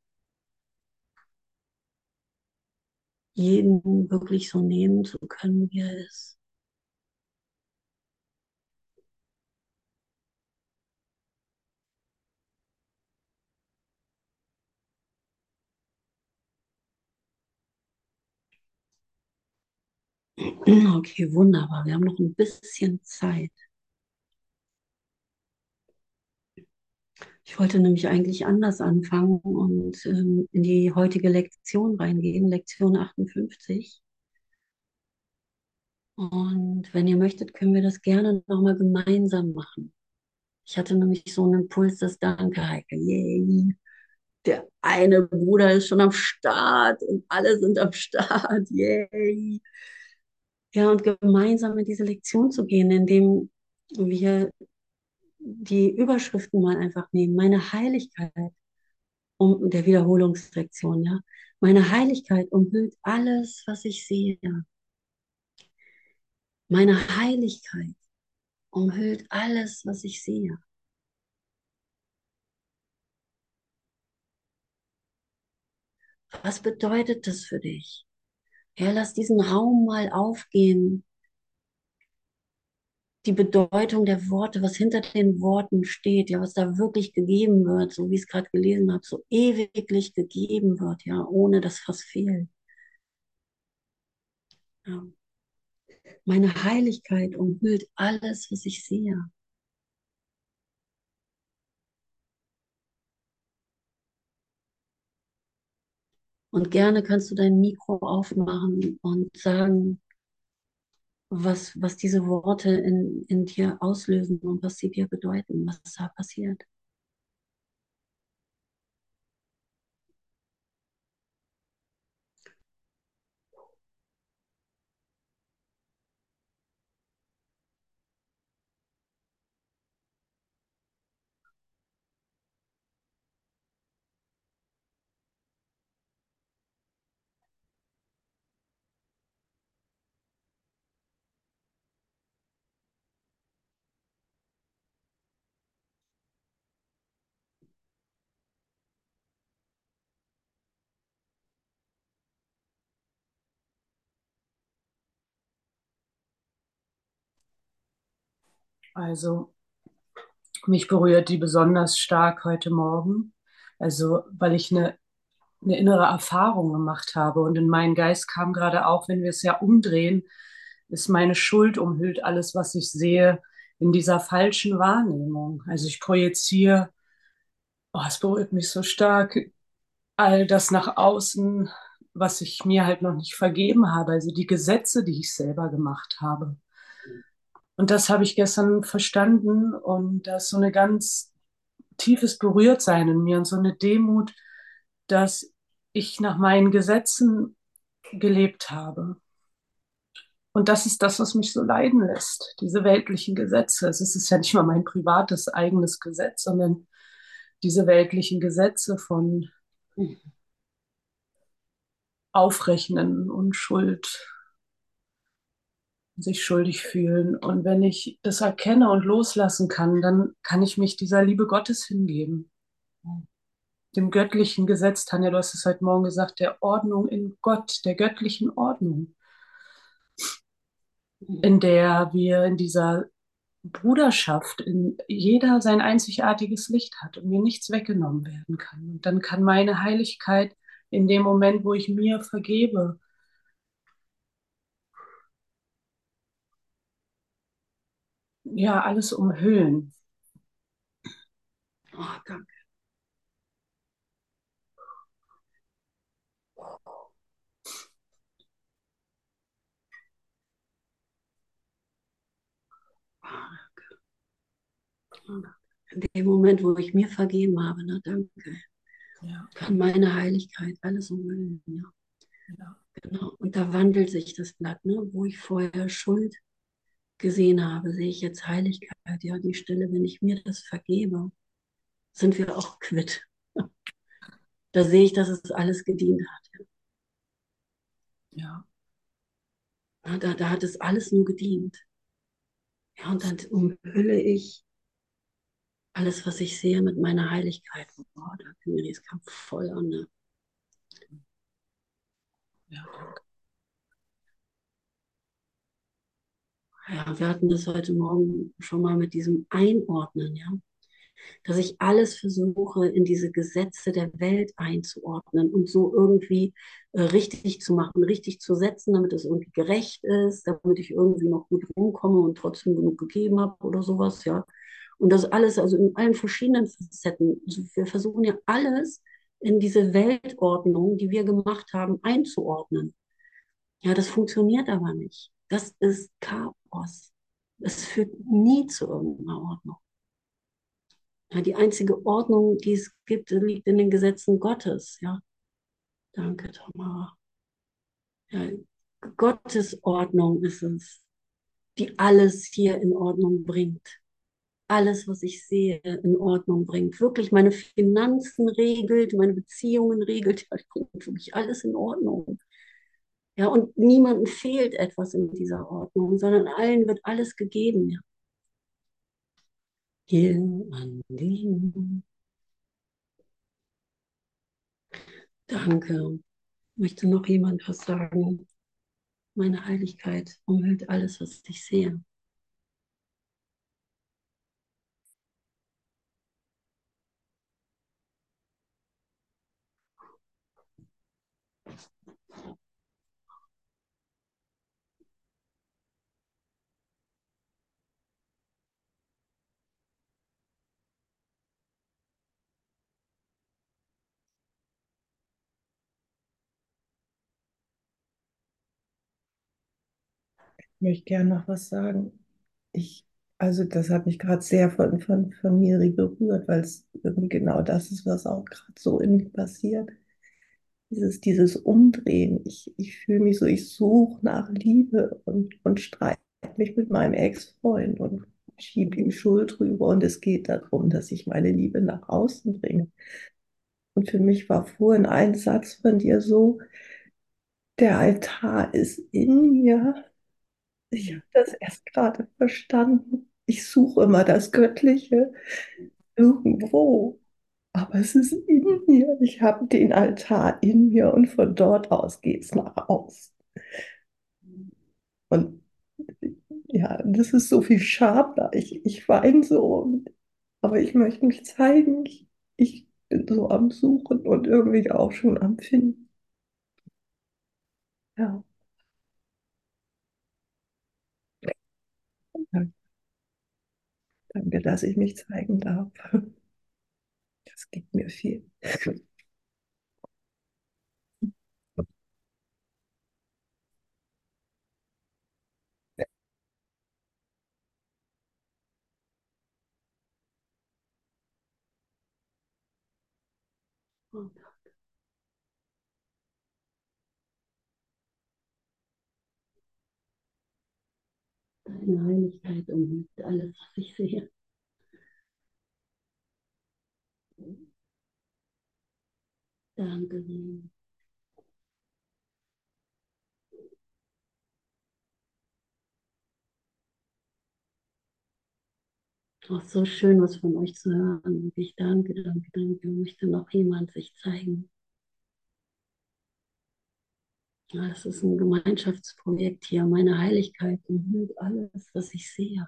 Jeden wirklich so nehmen zu können, wie er ist. Okay, wunderbar. Wir haben noch ein bisschen Zeit. Ich wollte nämlich eigentlich anders anfangen und ähm, in die heutige Lektion reingehen, Lektion achtundfünfzig. Und wenn ihr möchtet, können wir das gerne nochmal gemeinsam machen. Ich hatte nämlich so einen Impuls, das Danke, Heike. Yay. Der eine Bruder ist schon am Start und alle sind am Start. Yay. Ja, und gemeinsam in diese Lektion zu gehen, indem wir die Überschriften mal einfach nehmen. Meine Heiligkeit um der Wiederholungslektion, ja. Meine Heiligkeit umhüllt alles, was ich sehe. Meine Heiligkeit umhüllt alles, was ich sehe. Was bedeutet das für dich? Ja, lass diesen Raum mal aufgehen. Die Bedeutung der Worte, was hinter den Worten steht, ja, was da wirklich gegeben wird, so wie ich es gerade gelesen habe, so ewiglich gegeben wird, ja, ohne dass was fehlt. Ja. Meine Heiligkeit umhüllt alles, was ich sehe. Und gerne kannst du dein Mikro aufmachen und sagen, was, was diese Worte in, in dir auslösen und was sie dir bedeuten, was da passiert. Also mich berührt die besonders stark heute Morgen. Also weil ich eine, eine innere Erfahrung gemacht habe und in meinen Geist kam gerade auch, wenn wir es ja umdrehen, ist meine Schuld umhüllt alles, was ich sehe, in dieser falschen Wahrnehmung. Also ich projiziere, oh, es berührt mich so stark, all das nach außen, was ich mir halt noch nicht vergeben habe, also die Gesetze, die ich selber gemacht habe. Und das habe ich gestern verstanden und da ist so eine ganz tiefes Berührtsein in mir und so eine Demut, dass ich nach meinen Gesetzen gelebt habe. Und das ist das, was mich so leiden lässt, diese weltlichen Gesetze. Es ist ja nicht mal mein privates, eigenes Gesetz, sondern diese weltlichen Gesetze von Aufrechnen und Schuld, sich schuldig fühlen. Und wenn ich das erkenne und loslassen kann, dann kann ich mich dieser Liebe Gottes hingeben. Dem göttlichen Gesetz, Tanja, du hast es heute Morgen gesagt, der Ordnung in Gott, der göttlichen Ordnung, in der wir in dieser Bruderschaft, in jeder sein einzigartiges Licht hat und mir nichts weggenommen werden kann. Und dann kann meine Heiligkeit in dem Moment, wo ich mir vergebe, ja, alles umhüllen. Oh, danke. In dem Moment, wo ich mir vergeben habe, na danke, Ja, kann meine Heiligkeit alles umhüllen. Ja, ja, genau. Und da wandelt sich das Blatt, ne? Wo ich vorher Schuld gesehen habe, sehe ich jetzt Heiligkeit. Ja, die Stelle, wenn ich mir das vergebe, sind wir auch quitt. Da sehe ich, dass es alles gedient hat. ja, Ja, da, da hat es alles nur gedient. Ja, und dann umhülle ich alles, was ich sehe, mit meiner Heiligkeit. Oh, da es kam voll an. Ne? ja, danke. Ja, wir hatten das heute Morgen schon mal mit diesem Einordnen, ja. Dass ich alles versuche, in diese Gesetze der Welt einzuordnen und so irgendwie äh, richtig zu machen, richtig zu setzen, damit es irgendwie gerecht ist, damit ich irgendwie noch gut rumkomme und trotzdem genug gegeben habe oder sowas, ja. Und das alles, also in allen verschiedenen Facetten. Also wir versuchen ja alles in diese Weltordnung, die wir gemacht haben, einzuordnen. Ja, das funktioniert aber nicht. Das ist Chaos. Es führt nie zu irgendeiner Ordnung. Ja, die einzige Ordnung, die es gibt, liegt in den Gesetzen Gottes. Ja, danke, Tamara. Ja, Gottes Ordnung ist es, die alles hier in Ordnung bringt. Alles, was ich sehe, in Ordnung bringt. Wirklich meine Finanzen regelt, meine Beziehungen regelt. Ja, die bringt wirklich alles in Ordnung. Ja, und niemandem fehlt etwas in dieser Ordnung, sondern allen wird alles gegeben. Ja. Hier an den. Danke. Möchte noch jemand was sagen? Meine Heiligkeit umhüllt alles, was ich sehe. Ich möchte gerne noch was sagen. Ich, also das hat mich gerade sehr von, von, von Miri berührt, weil es irgendwie genau das ist, was auch gerade so in mir passiert. Dieses, dieses Umdrehen. Ich, ich fühle mich so, ich suche nach Liebe und, und streite mich mit meinem Ex-Freund und schiebe ihm Schuld rüber. Und es geht darum, dass ich meine Liebe nach außen bringe. Und für mich war vorhin ein Satz von dir so, der Altar ist in mir. Ich habe das erst gerade verstanden. Ich suche immer das Göttliche irgendwo, aber es ist in mir. Ich habe den Altar in mir und von dort aus geht es nach außen. Und ja, das ist so viel Scham da. Ich, ich weine so, aber ich möchte mich zeigen. Ich, ich bin so am Suchen und irgendwie auch schon am Finden. Ja, danke, dass ich mich zeigen darf. Das gibt mir viel. Oh, deine Heiligkeit umhüllt alles, was ich sehe. Danke. Auch so schön, was von euch zu hören. Ich danke, danke, danke. Möchte noch jemand sich zeigen? Ja, es ist ein Gemeinschaftsprojekt hier. Meine Heiligkeit umhüllt alles, was ich sehe.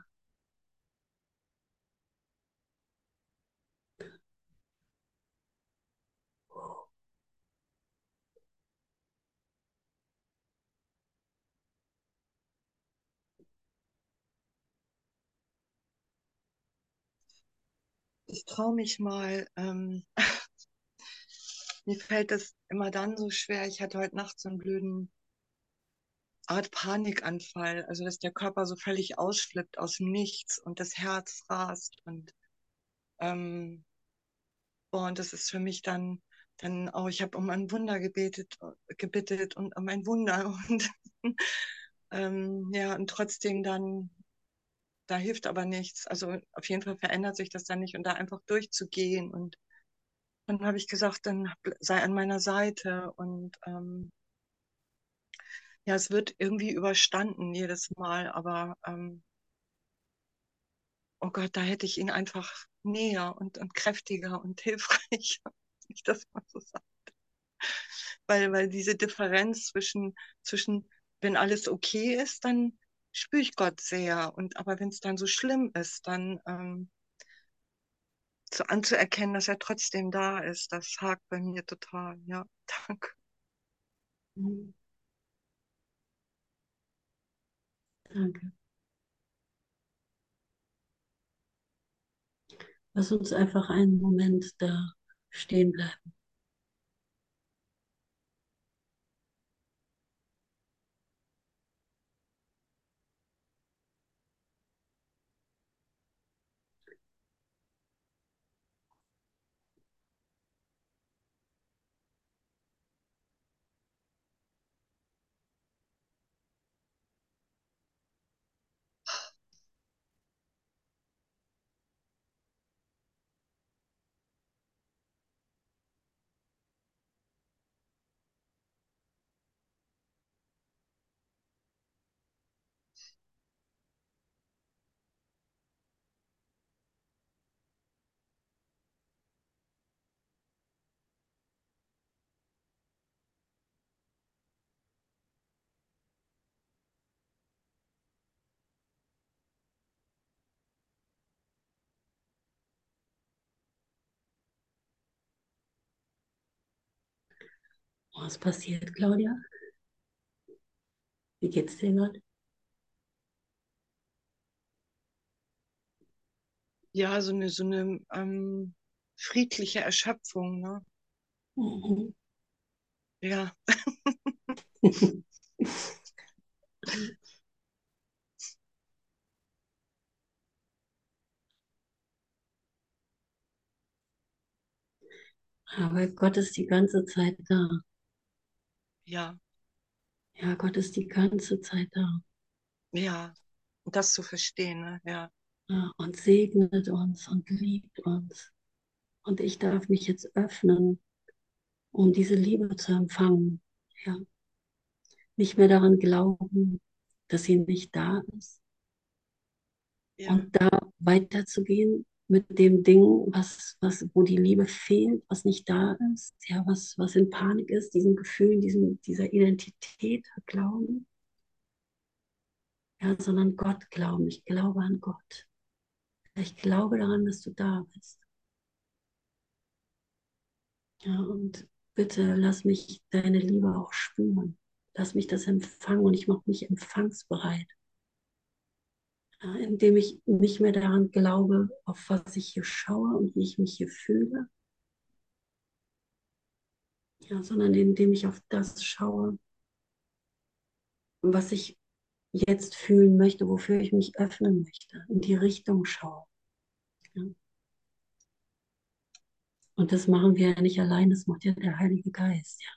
Ich traue mich mal, ähm, mir fällt das immer dann so schwer. Ich hatte heute Nacht so einen blöden Art Panikanfall, also dass der Körper so völlig ausflippt aus dem Nichts und das Herz rast und ähm, boah, und das ist für mich dann dann auch, ich habe um ein Wunder gebetet, gebittet und um ein Wunder und ähm, ja, und trotzdem dann, da hilft aber nichts. Also auf jeden Fall verändert sich das dann nicht und da einfach durchzugehen und dann habe ich gesagt, dann sei an meiner Seite und ähm, ja, es wird irgendwie überstanden jedes Mal, aber ähm, oh Gott, da hätte ich ihn einfach näher und, und kräftiger und hilfreicher, wenn ich das mal so sage. Weil, weil diese Differenz zwischen, zwischen, wenn alles okay ist, dann spüre ich Gott sehr. Und aber wenn es dann so schlimm ist, dann ähm, zu, anzuerkennen, dass er trotzdem da ist, das hakt bei mir total. Ja, danke. Danke. Lass uns einfach einen Moment da stehen bleiben. Was passiert, Claudia? Wie geht's dir gerade? Ja, so eine, so eine ähm, friedliche Erschöpfung, ne? Mhm. Ja, Aber Gott ist die ganze Zeit da. ja, Ja, Gott ist die ganze Zeit da. ja. Und das zu verstehen, ne? Ja, Ja, und segnet uns und liebt uns. Und ich darf mich jetzt öffnen, um diese Liebe zu empfangen. Ja, nicht mehr daran glauben, dass sie nicht da ist. ja, Und da weiterzugehen mit dem Ding, was, was, wo die Liebe fehlt, was nicht da ist, ja, was, was in Panik ist, diesen Gefühlen, diesem, dieser Identität glauben, ja, sondern Gott glauben. Ich glaube an Gott. Ich glaube daran, dass du da bist. Ja, und bitte lass mich deine Liebe auch spüren. Lass mich das empfangen und ich mache mich empfangsbereit, ja, indem ich nicht mehr daran glaube, auf was ich hier schaue und wie ich mich hier fühle, ja, sondern indem ich auf das schaue, was ich jetzt fühlen möchte, wofür ich mich öffnen möchte, in die Richtung schaue. Ja. Und das machen wir ja nicht allein, das macht ja der Heilige Geist. Ja.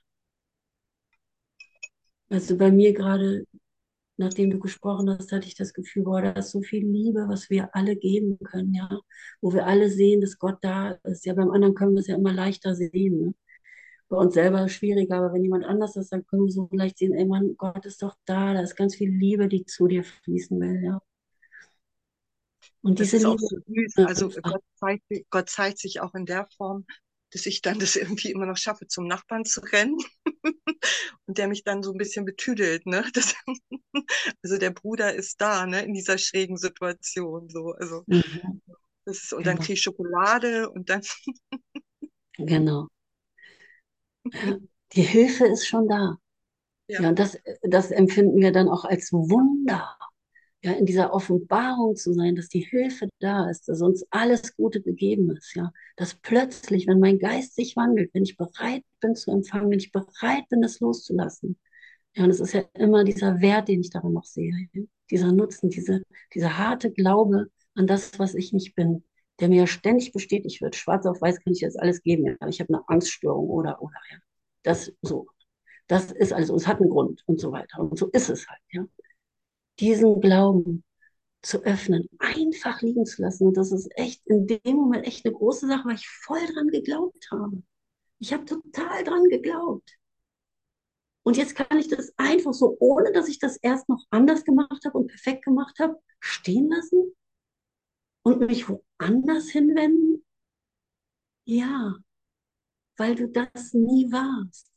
Also bei mir gerade, nachdem du gesprochen hast, hatte ich das Gefühl, boah, da ist so viel Liebe, was wir alle geben können, ja. Wo wir alle sehen, dass Gott da ist. Ja, beim anderen können wir es ja immer leichter sehen, ne? Bei uns selber ist es schwieriger, aber wenn jemand anders ist, dann können wir so leicht sehen, ey Mann, Gott ist doch da, da ist ganz viel Liebe, die zu dir fließen will, ja. Und Das diese ist auch Liebe, so süß. äh, Also Gott zeigt, Gott zeigt sich auch in der Form, dass ich dann das irgendwie immer noch schaffe, zum Nachbarn zu rennen und der mich dann so ein bisschen betüdelt, ne? Das, also der Bruder ist da, ne, in dieser schrägen Situation, so. Also mhm, das ist, und dann genau, krieg ich Schokolade und dann, genau. Ja, die Hilfe ist schon da. ja, Ja, und das, das empfinden wir dann auch als Wunder. Ja, in dieser Offenbarung zu sein, dass die Hilfe da ist, dass uns alles Gute gegeben ist, ja, dass plötzlich, wenn mein Geist sich wandelt, wenn ich bereit bin zu empfangen, wenn ich bereit bin, das loszulassen, ja, und es ist ja immer dieser Wert, den ich darin noch sehe, ja, dieser Nutzen, diese, dieser harte Glaube an das, was ich nicht bin, der mir ja ständig bestätigt wird, schwarz auf weiß kann ich jetzt alles geben, ja, ich habe eine Angststörung oder, oder, ja, das so, das ist alles, und es hat einen Grund und so weiter, und so ist es halt, ja, diesen Glauben zu öffnen, einfach liegen zu lassen. Und das ist echt in dem Moment echt eine große Sache, weil ich voll dran geglaubt habe. Ich habe total dran geglaubt. Und jetzt kann ich das einfach so, ohne dass ich das erst noch anders gemacht habe und perfekt gemacht habe, stehen lassen und mich woanders hinwenden. Ja, weil du das nie warst.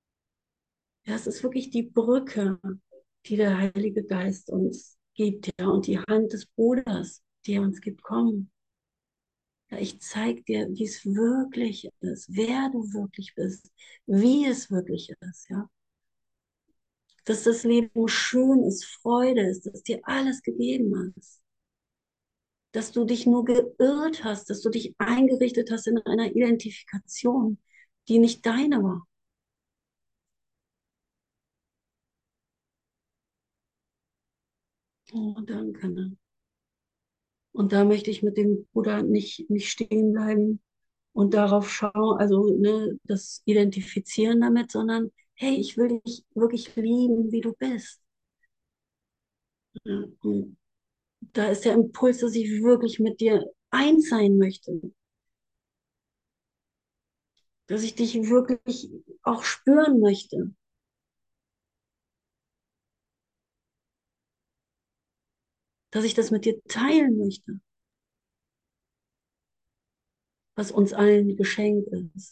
Ja, es ist wirklich die Brücke, die der Heilige Geist uns gibt, ja, und die Hand des Bruders, die er uns gibt. Komm, ja, ich zeige dir, wie es wirklich ist, wer du wirklich bist, wie es wirklich ist, ja. Dass das Leben schön ist, Freude ist, dass dir alles gegeben ist. Dass du dich nur geirrt hast, dass du dich eingerichtet hast in einer Identifikation, die nicht deine war. Oh, danke. Ne? Und da möchte ich mit dem Bruder nicht, nicht stehen bleiben und darauf schauen, also ne, das Identifizieren damit, sondern hey, ich will dich wirklich lieben, wie du bist. Ja, und da ist der Impuls, dass ich wirklich mit dir eins sein möchte, dass ich dich wirklich auch spüren möchte, dass ich das mit dir teilen möchte, was uns allen geschenkt ist.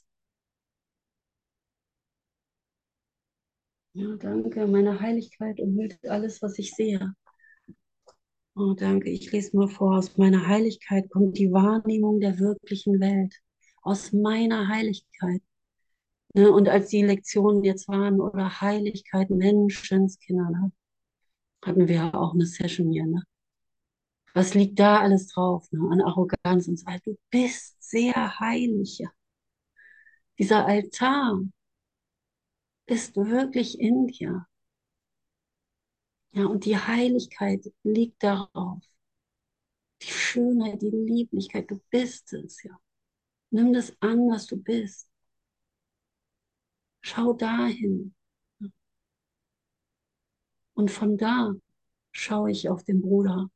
Ja, danke, meine Heiligkeit umhüllt alles, was ich sehe. Oh, danke. Ich lese mal vor. Aus meiner Heiligkeit kommt die Wahrnehmung der wirklichen Welt. Aus meiner Heiligkeit. Ne? Und als die Lektionen jetzt waren, oder Heiligkeit Menschenskinder, ne? Hatten wir ja auch eine Session hier. Ne? Was liegt da alles drauf? Ne? An Arroganz und so weiter. Du bist sehr heilig. Ja. Dieser Altar ist wirklich in dir. Ja, und die Heiligkeit liegt darauf. Die Schönheit, die Lieblichkeit, du bist es, ja. Nimm das an, was du bist. Schau dahin. Und von da schaue ich auf den Bruder.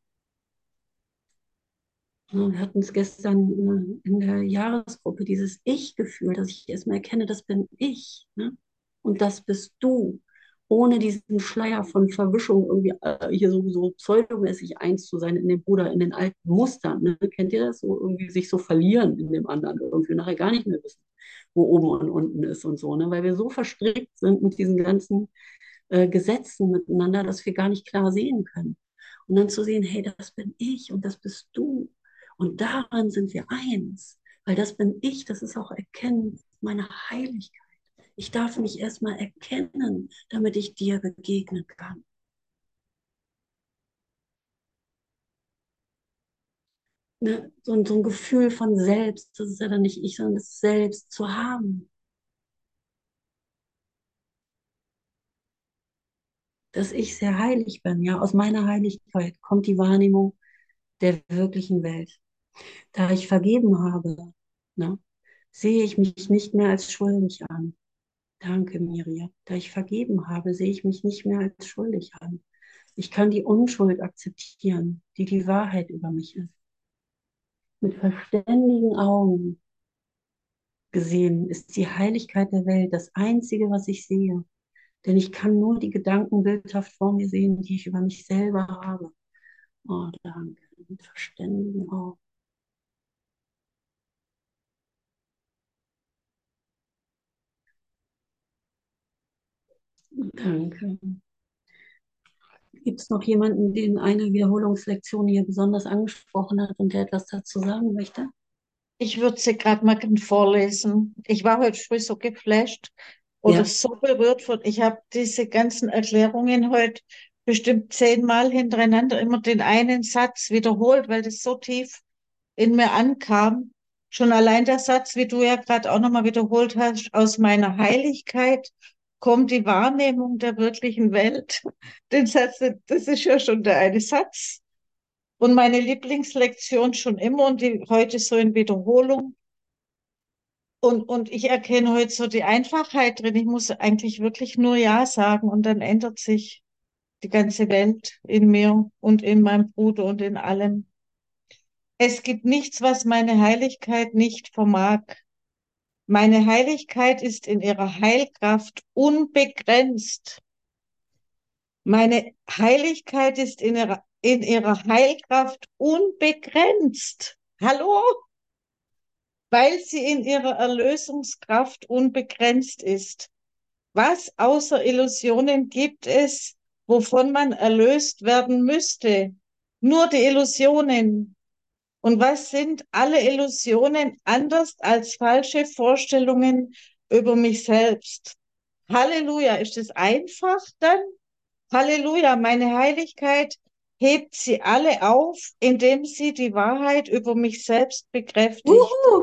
Ja, wir hatten es gestern äh, in der Jahresgruppe, dieses Ich-Gefühl, dass ich erstmal erkenne, das bin ich. Ne? Und das bist du. Ohne diesen Schleier von Verwischung irgendwie äh, hier so, so pseudomäßig eins zu sein in dem Bruder, in den alten Mustern. Ne? Kennt ihr das? So irgendwie sich so verlieren in dem anderen, irgendwie nachher gar nicht mehr wissen, wo oben und unten ist und so. Ne? Weil wir so verstrickt sind mit diesen ganzen äh, Gesetzen miteinander, dass wir gar nicht klar sehen können. Und dann zu sehen, hey, das bin ich und das bist du. Und daran sind wir eins. Weil das bin ich, das ist auch Erkennen meiner Heiligkeit. Ich darf mich erstmal erkennen, damit ich dir begegnen kann. Ne? So, so ein Gefühl von Selbst, das ist ja dann nicht ich, sondern das Selbst zu haben. Dass ich sehr heilig bin. Ja, aus meiner Heiligkeit kommt die Wahrnehmung der wirklichen Welt. Da ich vergeben habe, ne? sehe ich mich nicht mehr als schuldig an. Danke, Miriam. Da ich vergeben habe, sehe ich mich nicht mehr als schuldig an. Ich kann die Unschuld akzeptieren, die die Wahrheit über mich ist. Mit verständigen Augen gesehen ist die Heiligkeit der Welt das Einzige, was ich sehe. Denn ich kann nur die Gedanken bildhaft vor mir sehen, die ich über mich selber habe. Oh, danke. Mit verständigen Augen. Danke. Gibt es noch jemanden, den eine Wiederholungslektion hier besonders angesprochen hat und der etwas dazu sagen möchte? Ich würde sie gerade mal vorlesen. Ich war heute früh so geflasht oder Ja. so berührt von, ich habe diese ganzen Erklärungen heute bestimmt zehnmal hintereinander immer den einen Satz wiederholt, weil das so tief in mir ankam. Schon allein der Satz, wie du ja gerade auch nochmal wiederholt hast, aus meiner Heiligkeit kommt die Wahrnehmung der wirklichen Welt. Den Satz, das ist ja schon der eine Satz. Und meine Lieblingslektion schon immer und die heute so in Wiederholung. Und, und ich erkenne heute so die Einfachheit drin. Ich muss eigentlich wirklich nur Ja sagen und dann ändert sich die ganze Welt in mir und in meinem Bruder und in allem. Es gibt nichts, was meine Heiligkeit nicht vermag. Meine Heiligkeit ist in ihrer Heilkraft unbegrenzt. Meine Heiligkeit ist in ihrer, in ihrer Heilkraft unbegrenzt. Hallo? Weil sie in ihrer Erlösungskraft unbegrenzt ist. Was außer Illusionen gibt es, wovon man erlöst werden müsste? Nur die Illusionen. Und was sind alle Illusionen anders als falsche Vorstellungen über mich selbst? Halleluja, ist es einfach dann? Halleluja, meine Heiligkeit hebt sie alle auf, indem sie die Wahrheit über mich selbst bekräftigt. Uhu.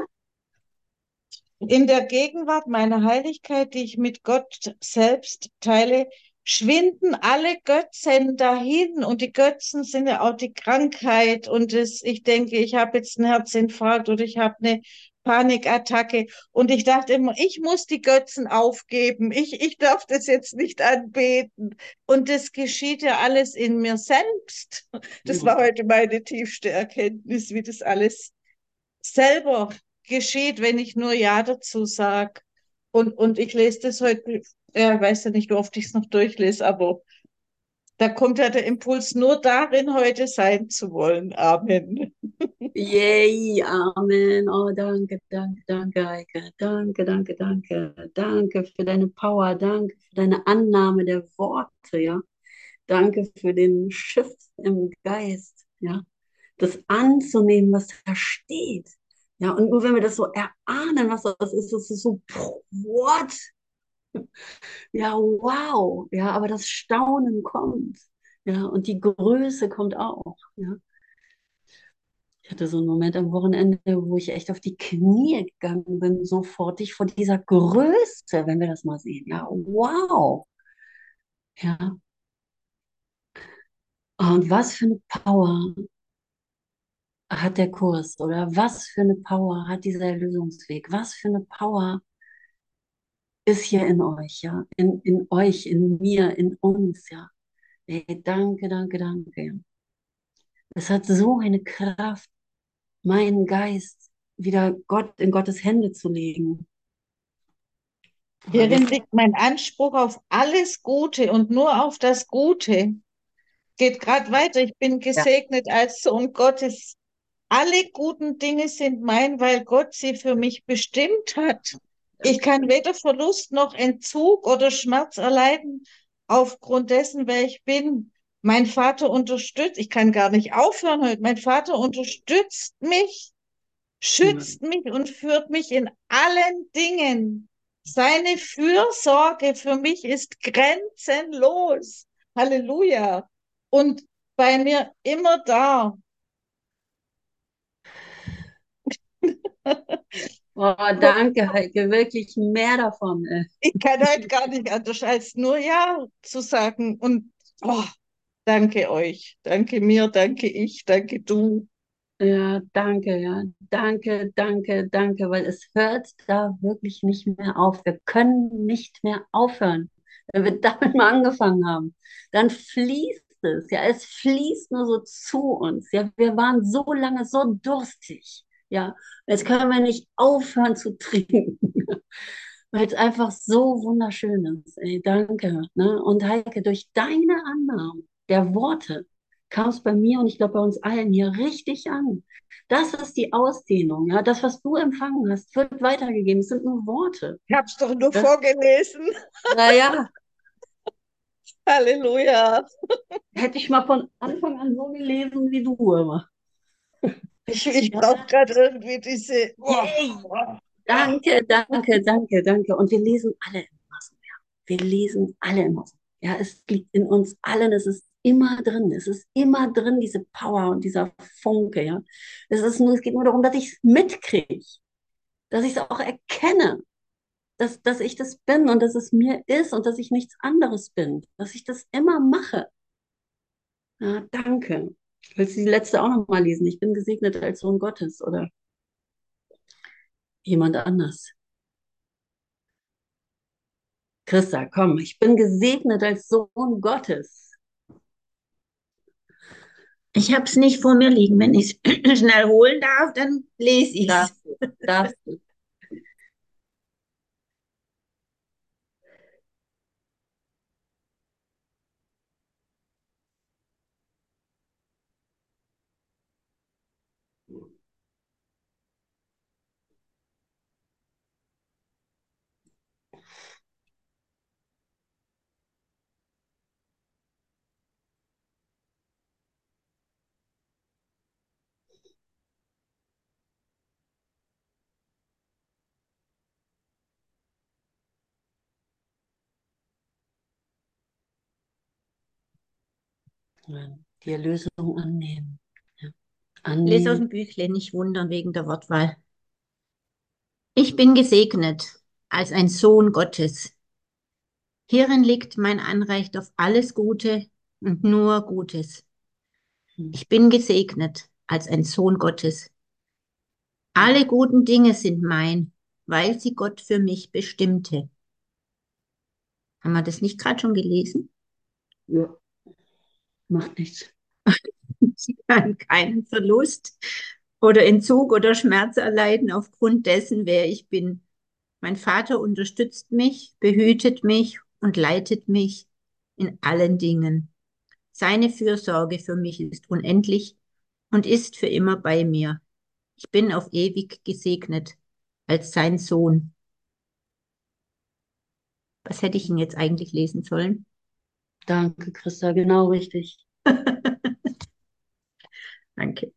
In der Gegenwart meiner Heiligkeit, die ich mit Gott selbst teile, schwinden alle Götzen dahin. Und die Götzen sind ja auch die Krankheit. Und das, ich denke, ich habe jetzt einen Herzinfarkt oder ich habe eine Panikattacke. Und ich dachte immer, ich muss die Götzen aufgeben. Ich, ich darf das jetzt nicht anbeten. Und das geschieht ja alles in mir selbst. Das war heute meine tiefste Erkenntnis, wie das alles selber geschieht, wenn ich nur Ja dazu sage. Und, und ich lese das heute, ja, ich weiß ja nicht, wie oft ich es noch durchlese, aber da kommt ja der Impuls, nur darin heute sein zu wollen. Amen. Yay, Amen. Oh, danke, danke, danke, Eike. Danke, danke, danke. Danke für deine Power. Danke für deine Annahme der Worte, ja. Danke für den Shift im Geist, ja. Das anzunehmen, was da steht. Ja, und nur wenn wir das so erahnen, was das ist, das ist so, what? Ja, wow. Ja, aber das Staunen kommt. Ja, und die Größe kommt auch. Ja. Ich hatte so einen Moment am Wochenende, wo ich echt auf die Knie gegangen bin, sofortig vor dieser Größe, wenn wir das mal sehen. Ja, wow. Ja. Und was für eine Power hat der Kurs oder was für eine Power hat dieser Erlösungsweg? Was für eine Power ist hier in euch, ja? In, in euch, in mir, in uns, ja? Ey, danke, danke, danke. Es hat so eine Kraft, meinen Geist wieder Gott in Gottes Hände zu legen. Hierin liegt mein Anspruch auf alles Gute und nur auf das Gute. Geht gerade weiter. Ich bin gesegnet als Sohn Gottes. Alle guten Dinge sind mein, weil Gott sie für mich bestimmt hat. Ich kann weder Verlust noch Entzug oder Schmerz erleiden aufgrund dessen, wer ich bin. Mein Vater unterstützt, ich kann gar nicht aufhören heute. Mein Vater unterstützt mich, schützt mich und führt mich in allen Dingen. Seine Fürsorge für mich ist grenzenlos. Halleluja. Und bei mir immer da. Oh, danke, Heike, wirklich mehr davon. Ey. Ich kann heute gar nicht anders als nur Ja zu sagen. Und oh, danke euch, danke mir, danke ich, danke du. Ja, danke, ja. Danke, danke, danke, weil es hört da wirklich nicht mehr auf. Wir können nicht mehr aufhören. Wenn wir damit mal angefangen haben, dann fließt es, ja, es fließt nur so zu uns. Ja, wir waren so lange so durstig. Ja, jetzt können wir nicht aufhören zu trinken, weil es einfach so wunderschön ist. Ey, danke. Ne? Und Heike, durch deine Annahmen der Worte kam es bei mir und ich glaube bei uns allen hier richtig an. Das ist die Ausdehnung. Ja? Das, was du empfangen hast, wird weitergegeben. Es sind nur Worte. Ich habe es doch nur Das, vorgelesen. naja, Halleluja. hätte ich mal von Anfang an so gelesen wie du immer. Ich, ich Ja, brauche gerade irgendwie diese. Oh, yay. oh. Danke, danke, danke, danke. Und wir lesen alle immer so. Ja. Wir lesen alle immer so. Ja, es liegt in uns allen, es ist immer drin. Es ist immer drin, diese Power und dieser Funke, ja. Es ist nur, es geht nur darum, dass ich es mitkriege, dass ich es auch erkenne, dass, dass ich das bin und dass es mir ist und dass ich nichts anderes bin, dass ich das immer mache. Ja, danke. Willst du die letzte auch noch mal lesen? Ich bin gesegnet als Sohn Gottes oder jemand anders. Christa, komm, ich bin gesegnet als Sohn Gottes. Ich habe es nicht vor mir liegen. Wenn ich es schnell holen darf, dann lese ich es. Darfst du, darfst du. Die Erlösung annehmen. Ja. Lese aus dem Annehmen. Büchlein, nicht wundern wegen der Wortwahl. Ich bin gesegnet als ein Sohn Gottes. Hierin liegt mein Anrecht auf alles Gute und nur Gutes. Hm. Ich bin gesegnet als ein Sohn Gottes. Alle guten Dinge sind mein, weil sie Gott für mich bestimmte. Haben wir das nicht gerade schon gelesen? Ja, macht nichts. Sie kann keinen Verlust oder Entzug oder Schmerz erleiden aufgrund dessen, wer ich bin. Mein Vater unterstützt mich, behütet mich und leitet mich in allen Dingen. Seine Fürsorge für mich ist unendlich und ist für immer bei mir. Ich bin auf ewig gesegnet als sein Sohn. Was hätte ich ihn jetzt eigentlich lesen sollen? Danke, Christa, genau richtig. Danke.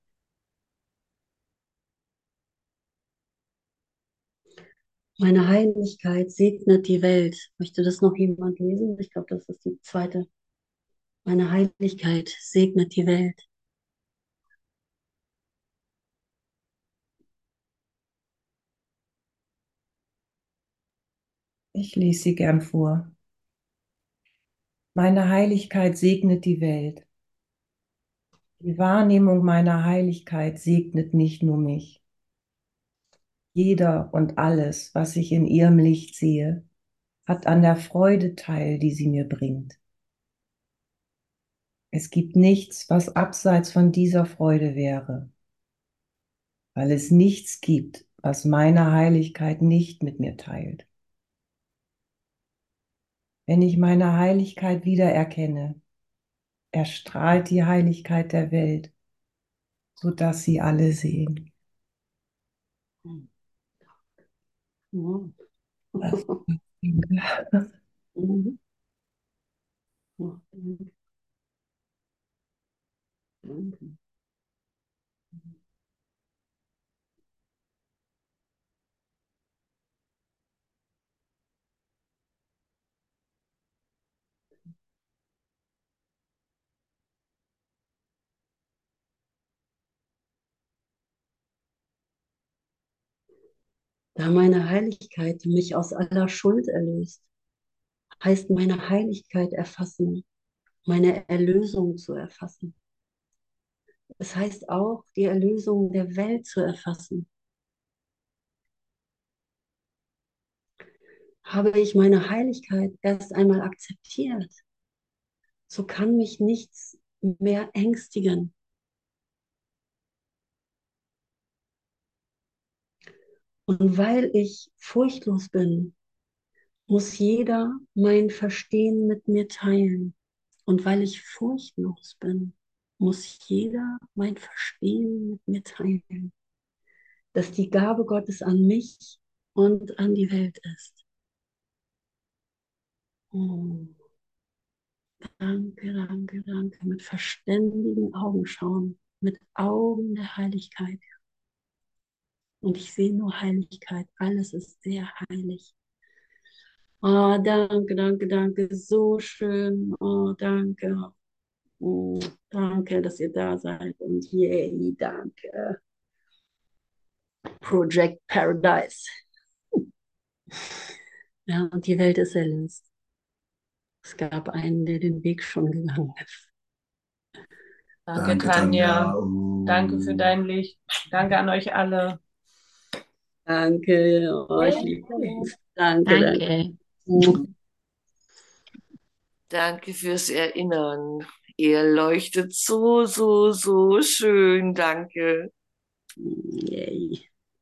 Meine Heiligkeit segnet die Welt. Möchte das noch jemand lesen? Ich glaube, das ist die zweite. Meine Heiligkeit segnet die Welt. Ich lese sie gern vor. Meine Heiligkeit segnet die Welt. Die Wahrnehmung meiner Heiligkeit segnet nicht nur mich. Jeder und alles, was ich in ihrem Licht sehe, hat an der Freude teil, die sie mir bringt. Es gibt nichts, was abseits von dieser Freude wäre, weil es nichts gibt, was meine Heiligkeit nicht mit mir teilt. Wenn ich meine Heiligkeit wiedererkenne, erstrahlt die Heiligkeit der Welt, sodass sie alle sehen. Ja. Das Mhm. Ja, danke. Danke. Da meine Heiligkeit mich aus aller Schuld erlöst, heißt meine Heiligkeit erfassen, meine Erlösung zu erfassen. Es heißt auch, die Erlösung der Welt zu erfassen. Habe ich meine Heiligkeit erst einmal akzeptiert, so kann mich nichts mehr ängstigen. Und weil ich furchtlos bin, muss jeder mein Verstehen mit mir teilen. Und weil ich furchtlos bin, muss jeder mein Verstehen mit mir teilen, dass die Gabe Gottes an mich und an die Welt ist. Oh, danke, danke, danke. Mit verständigen Augen schauen, mit Augen der Heiligkeit. Und ich sehe nur Heiligkeit. Alles ist sehr heilig. Oh, danke, danke, danke. So schön. Oh, danke. Oh, danke, dass ihr da seid. Und yay, danke. Project Paradise. Ja, und die Welt ist erlöst. Es gab einen, der den Weg schon gegangen ist. Danke, Danke, Tanja. Tanja. Uh. Danke für dein Licht. Danke an euch alle. Danke, oh, ich liebe es. Danke, danke. Danke. Danke fürs Erinnern. Ihr leuchtet so, so, so schön. Danke. Yay.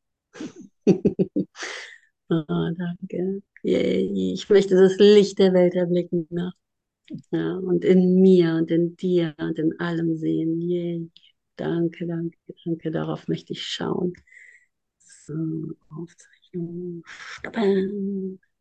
Oh, danke. Yay. Ich möchte das Licht der Welt erblicken. Ne? Ja, und in mir und in dir und in allem sehen. Yay. Danke, danke, danke. Darauf möchte ich schauen. So, Aufzeichnung stoppen.